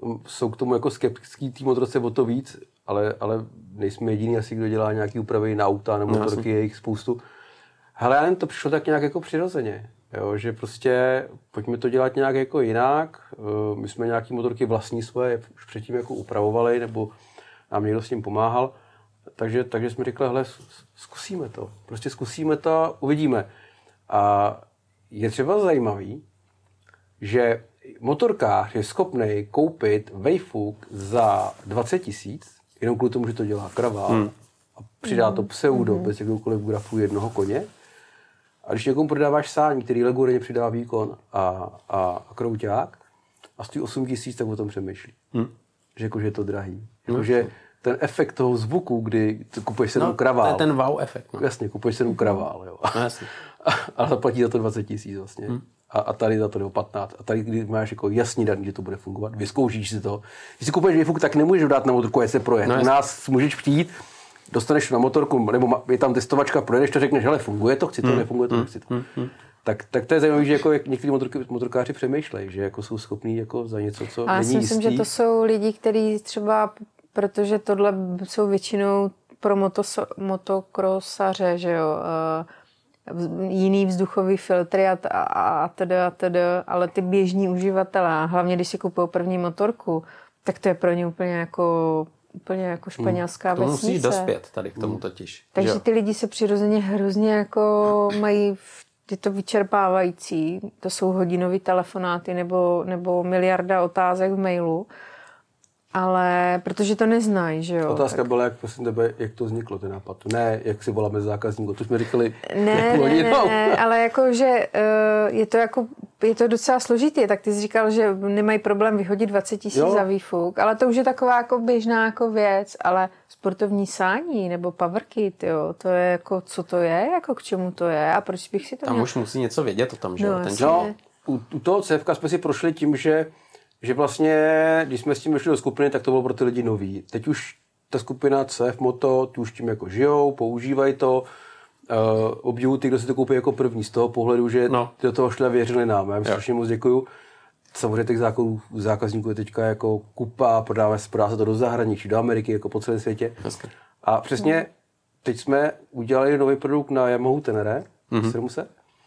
jsou k tomu jako skeptický tým motorce o to víc, ale nejsme jediný asi, kdo dělá nějaký úpravy na auta nebo motorky, je jich spoustu. Hele, já jen to přišlo tak nějak jako přirozeně, jo, že prostě pojďme to dělat nějak jako jinak. My jsme nějaký motorky vlastní svoje už předtím jako upravovali, nebo nám někdo s tím pomáhal. Takže jsme řekli, hele, zkusíme to. Prostě zkusíme to, uvidíme. A je třeba zajímavý, že motorkář je schopný koupit vejfuk za 20 000, jenom kvůli tomu, že to dělá kravál a přidá to pseudo bez jakoukoliv grafu jednoho koně. A když někomu prodáváš sání, který legálně přidá výkon a krouťák a stojí 8 000, tak o tom přemýšlí. Že jakože je to drahý. Jakože ten efekt toho zvuku, kdy kupuješ 7 kravál. To je ten wow efekt. No. Jasně, kupuješ 7 kravál, jo. No, jasně. Ale zaplatí za to 20 000 vlastně. A tady za to jde o 15. A tady, když máš jako jasný daný, že to bude fungovat, vyzkoušíš si to. Když si kupuješ výfuk, tak nemůžeš dát na motorku, se projet. No, u nás můžeš přijít, dostaneš na motorku, nebo je tam testovačka, projedeš to, řekneš, hele, funguje to, chci to, nefunguje to, nechci to. Tak to je zajímavé, že jako někteří motorkáři přemýšlejí, že jako jsou schopní jako za něco, co není jistý. Já si myslím, že to jsou lidi, kteří třeba, protože tohle jsou většinou pro motokrosaře, že jo, jiný vzduchový filtry a teda, ale ty běžní uživatelé, hlavně když si kupují první motorku, tak to je pro ně úplně jako španělská vesnice. To musíš dospět tady k tomu totiž. Takže ty lidi se přirozeně hrozně jako mají, je to vyčerpávající, to jsou hodinový telefonáty nebo miliarda otázek v mailu, ale protože to neznají, že jo. Otázka byla, jak prosím tebe, jak to vzniklo, ten nápad. Ne, jak si voláme zákazníků, to jsme říkali. Ne, ale jako, že je to docela složitý, tak ty jsi říkal, že nemají problém vyhodit 20 000 za výfuk, ale to už je taková jako běžná jako věc, ale sportovní sání nebo powerkit, jo, to je jako, co to je, jako k čemu to je a proč bych si to tam už musí něco vědět o tom, že jo. U toho CFka jsme si prošli tím, že vlastně, když jsme s tím došli do skupiny, tak to bylo pro ty lidi nový. Teď už ta skupina CF Moto, tu už tím jako žijou, používají to, obdivují ty, kdo si to koupí jako první z toho pohledu, že ty do toho šli a věřili nám. Já jim strašně moc děkuju. Samozřejmě těch zákazníků je teďka jako kupa, prodává se to do zahraničí, do Ameriky, jako po celém světě. A přesně teď jsme udělali nový produkt na Yamaha Tenere, 700.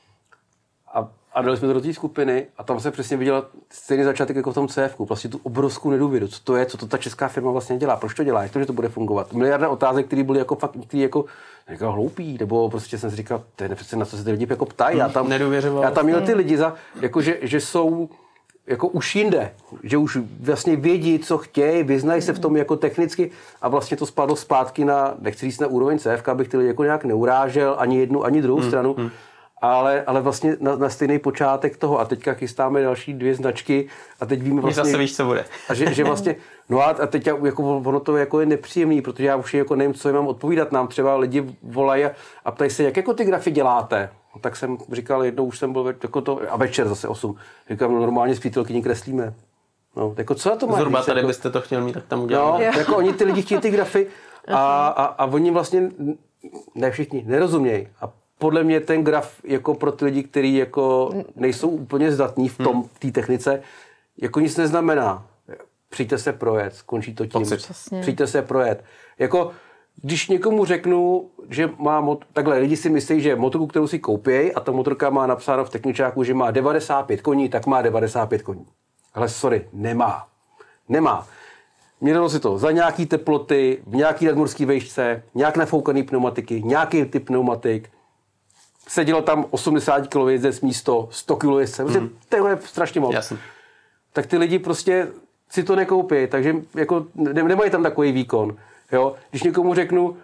A dali jsme to do té skupiny a tam se přesně viděla stejný začátek jako v tom CFku. Vlastně tu obrovskou nedůvěru. Co to je, co to ta česká firma vlastně dělá, proč to dělá, jak to, že to bude fungovat. Miliarda otázek, které byly jako fakt některý jako hloupý, nebo prostě jsem si říkal, to je přece na co se ty lidi jako ptají. Já tam měl ty lidi že jsou jako už jinde, že už vlastně vědí, co chtějí, vyznají se v tom jako technicky a vlastně to spadlo zpátky na, nechci říct na úroveň CFK, abych ty lidi jako nějak neurážel ani jednu, ani druhou stranu. Ale vlastně na stejný počátek toho a teďka chystáme další 2 značky a teď víme vlastně... zase víš, co bude. A že vlastně, no a teď jako ono to jako je nepříjemný, protože já už jako nevím, co jim mám odpovídat. Nám třeba lidi volají a ptají se, jak jako ty grafy děláte. No, tak jsem říkal, jednou už jsem byl jako to, a večer zase 8. Říkám, no, normálně s přítelkyní kreslíme. No, jako co na to máš? Zhruba tady jako, byste to chtěl mít, tak tam udělat. No, jako oni ty lidi chtějí ty grafy a oni vlastně, ne všichni, nerozumějí. A podle mě ten graf jako pro ty lidi, kteří jako nejsou úplně zdatní v tom, té technice, jako nic neznamená. Přijďte se projet, skončí to tím. Přijďte se projet. Jako, když někomu řeknu, že má takhle, lidi si myslí, že motorku, kterou si koupějí a ta motorka má napsáno v techničáku, že má 95 koní, tak má 95 koní. Ale sorry, nemá. Měřilo si to za nějaký teploty, v nějaký nadmorský vejšce, nějak nafoukaný pneumatiky, nějaký typ pneumatik. Sedělo tam 80 kg jezdec místo 100 kg jezdce. To je strašně moc. Jasně. Tak ty lidi prostě si to nekoupí, takže jako nemají tam takový výkon. Jo? Když někomu řeknu,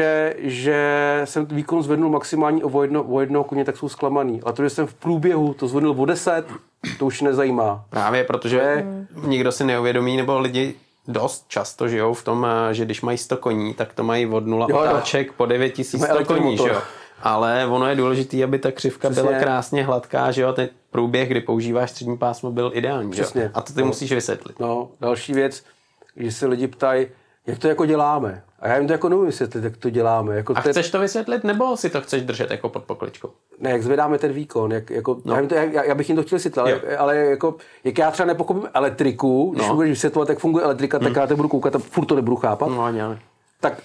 že jsem výkon zvednul maximální o jednoho koně, tak jsou zklamaný. A to, že jsem v průběhu to zvednul o 10, to už nezajímá. Právě protože nikdo si neuvědomí, nebo lidi dost často žijou v tom, že když mají 100 koní, tak to mají od 0 otáček po 9100 koní, že jo. Ale ono je důležité, aby ta křivka byla krásně hladká, že jo, ten průběh, kdy používáš střední pásmo, byl ideální, že jo. A to ty musíš vysvětlit. No, další věc, když se lidi ptají, jak to jako děláme. A já jim to jako nevím vysvětlit, jak to děláme. Jako a chceš to vysvětlit, nebo si to chceš držet jako pod pokličkou? Ne, jak zvedáme ten výkon, já bych jim to chtěl vysvětlit, ale jako, jak já třeba nepochopím elektriku, když budeš vysvětlovat, jak funguje elektrika, tak já to budu koukat a furt to nebudu chápat. No, ne. Tak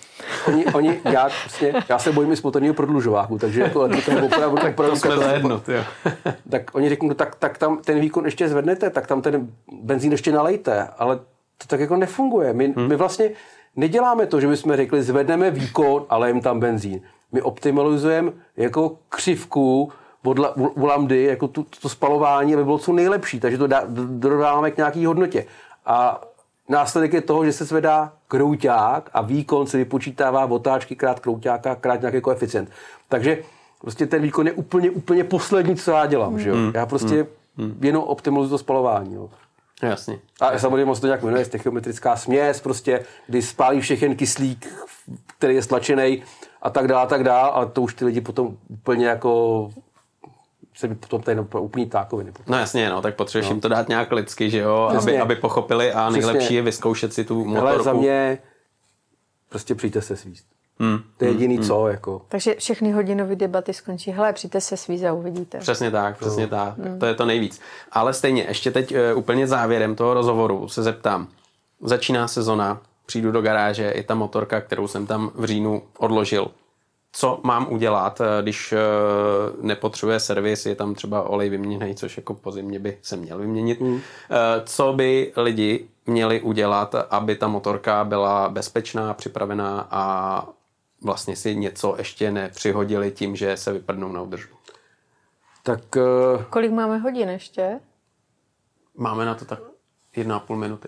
já se bojím i z motorního prodlužováku, takže jako elektrika je opravdu to jsme zajedno, jo. Tak oni řeknou, tak tam ten výkon ještě zvednete, tak tam ten benzín ještě nalejte, ale to tak jako nefunguje. My vlastně neděláme to, že bychom řekli, zvedneme výkon a lejeme tam benzín. My optimalizujeme jako křivku u lambdy, jako to spalování, aby bylo co nejlepší, takže to dodáváme k nějaký hodnotě. A následek je toho, že se zvedá krouťák a výkon se vypočítává otáčky krát krouťáka krát nějaký koeficient. Takže prostě ten výkon je úplně poslední, co já dělám. Že jo? Já prostě jenom optimalizuji to spalování. Jo. Jasně. A samozřejmě moc to nějak jmenuje, stechiometrická směs, prostě, kdy spálí všechen kyslík, který je stlačený a tak dále, ale to už ty lidi potom úplně jako se by potom tady úplný tákoviny. No jasně, no, tak potřebuješ jim to dát nějak lidsky, že jo, aby pochopili a nejlepší je vyzkoušet si tu motorku. Ale za mě prostě přijďte se svíst. To je jediný co, jako. Takže všechny hodinové debaty skončí. Hele, přijďte se svízt a uvidíte. Přesně tak. To je to nejvíc. Ale stejně, ještě teď úplně závěrem toho rozhovoru se zeptám. Začíná sezona, přijdu do garáže, je ta motorka, kterou jsem tam v říjnu odložil. Co mám udělat, když nepotřebuje servis, je tam třeba olej vyměněný, což jako po zimě by se měl vyměnit. Co by lidi měli udělat, aby ta motorka byla bezpečná, připravená a vlastně si něco ještě nepřihodili tím, že se vyprdnou na údržbu? Tak... Kolik máme hodin ještě? Máme na to tak 1,5 minuty.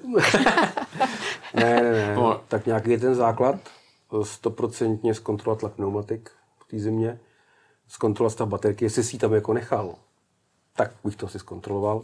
Ne. Tak nějaký je ten základ. 100% zkontrolovat tlak pneumatik v té zimě. Zkontrolovat stav baterky, jestli si ji tam jako nechal. Tak bych to si zkontroloval.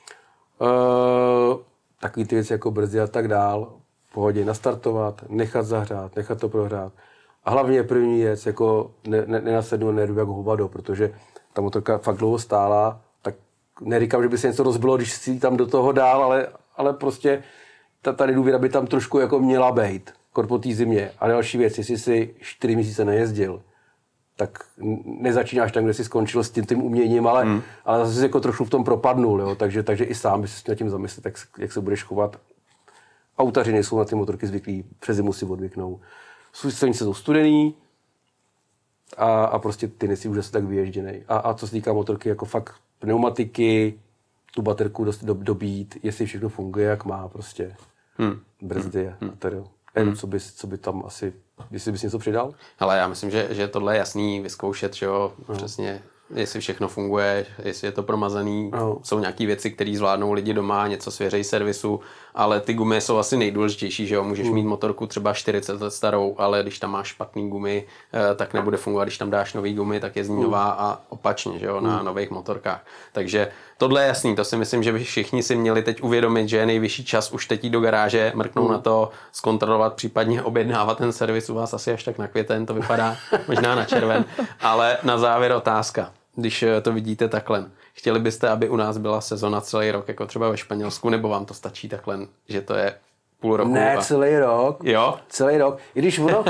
Takový ty věci jako brzdy a tak dál. V pohodě nastartovat, nechat zahřát, nechat to prohrát. A hlavně první věc, jako nenasednu nervy jako hovado, protože ta motorka fakt dlouho stála, tak neříkám, že by se něco rozbilo, když si tam do toho dál, ale prostě ta nedůvěra by tam trošku jako měla být, po té zimě. A další věc, jestli si 4 měsíce nejezdil, tak nezačínáš tam, kde jsi skončil s tím uměním, ale zase jsi jako trošku v tom propadnul, jo? Takže i sám bys se nad tím zamyslet, jak se budeš chovat. Autaři nejsou na ty motorky zvyklí, přes zimu si odvyknou. Silnice jsou studený a prostě ty nejsi už asi tak vyježděnej. A co se týká motorky, jako fakt pneumatiky, tu baterku dobít, jestli všechno funguje, jak má prostě. Brzdy a tady. Co by tam asi, jestli bys něco přidal? Ale já myslím, že tohle je jasný vyzkoušet, že jo, přesně, jestli všechno funguje, jestli je to promazaný, jsou nějaký věci, které zvládnou lidi doma, něco svěřej servisu, ale ty gumy jsou asi nejdůležitější, že jo, můžeš mít motorku třeba 40 let starou, ale když tam máš špatný gumy, tak nebude fungovat, když tam dáš nový gumy, tak je z ní nová a opačně, že jo, na nových motorkách. Takže tohle je jasný, to si myslím, že by všichni si měli teď uvědomit, že je nejvyšší čas už teď jít do garáže, mrknout na to, zkontrolovat, případně objednávat ten servis u vás asi až tak na květen, to vypadá možná na červen, ale na závěr otázka. Když to vidíte takhle, chtěli byste, aby u nás byla sezona celý rok, jako třeba ve Španělsku, nebo vám to stačí takhle, že to je půl roku? Ne, celý rok. Jo? Celý rok. I když ono...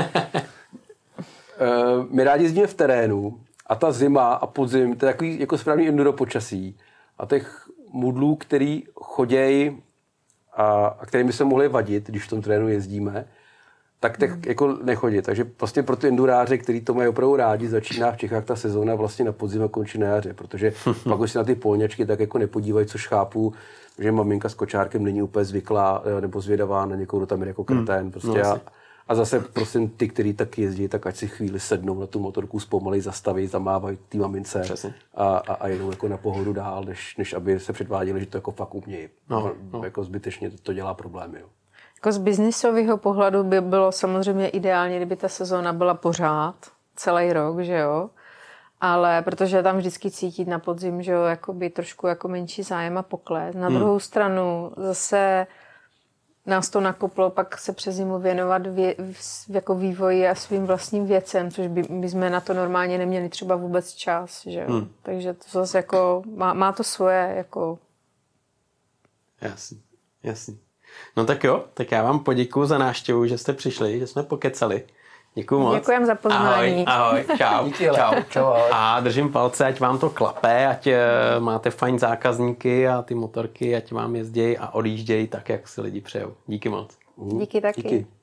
my rádi jezdíme v terénu a ta zima a podzim, to je takový jako správný enduro počasí. A těch mudlů, který chodějí a kterým by se mohli vadit, když v tom terénu jezdíme, tak jako nechodí. Takže vlastně pro ty enduráře, kteří to mají opravdu rádi, začíná v Čechách ta sezóna vlastně na podzim a končí na jaře, protože pak už se na ty polňačky tak jako nepodívají, což chápu, že maminka s kočárkem není úplně zvyklá nebo zvědavá na někoho, kdo tam je jako kretén. Prostě a zase prosím ty, kteří tak jezdí, tak ať si chvíli sednou na tu motorku, zpomalej zastaví, zamávají té mamince a jedou jako na pohodu dál, než aby se předváděli, že to jako fakt umějí. Jako zbytečně to dělá problémy. Jo. Jako z biznisového pohledu by bylo samozřejmě ideálně, kdyby ta sezóna byla pořád, celý rok, že jo. Ale protože tam vždycky cítit na podzim, že jo, jakoby trošku jako menší zájem a pokles. Na druhou stranu zase nás to nakoplo pak se přes zimu věnovat jako vývoji a svým vlastním věcem, což by jsme na to normálně neměli třeba vůbec čas, že jo. Takže to zase jako má to svoje jako... Jasný. No tak jo, tak já vám poděkuju za návštěvu, že jste přišli, že jsme pokecali. Děkuju moc. Děkujem za pozvání. Ahoj, čau. Díky, čau. ahoj. A držím palce, ať vám to klape, ať máte fajn zákazníky a ty motorky, ať vám jezdějí a odjíždějí tak, jak si lidi přejou. Díky moc. Díky taky. Díky.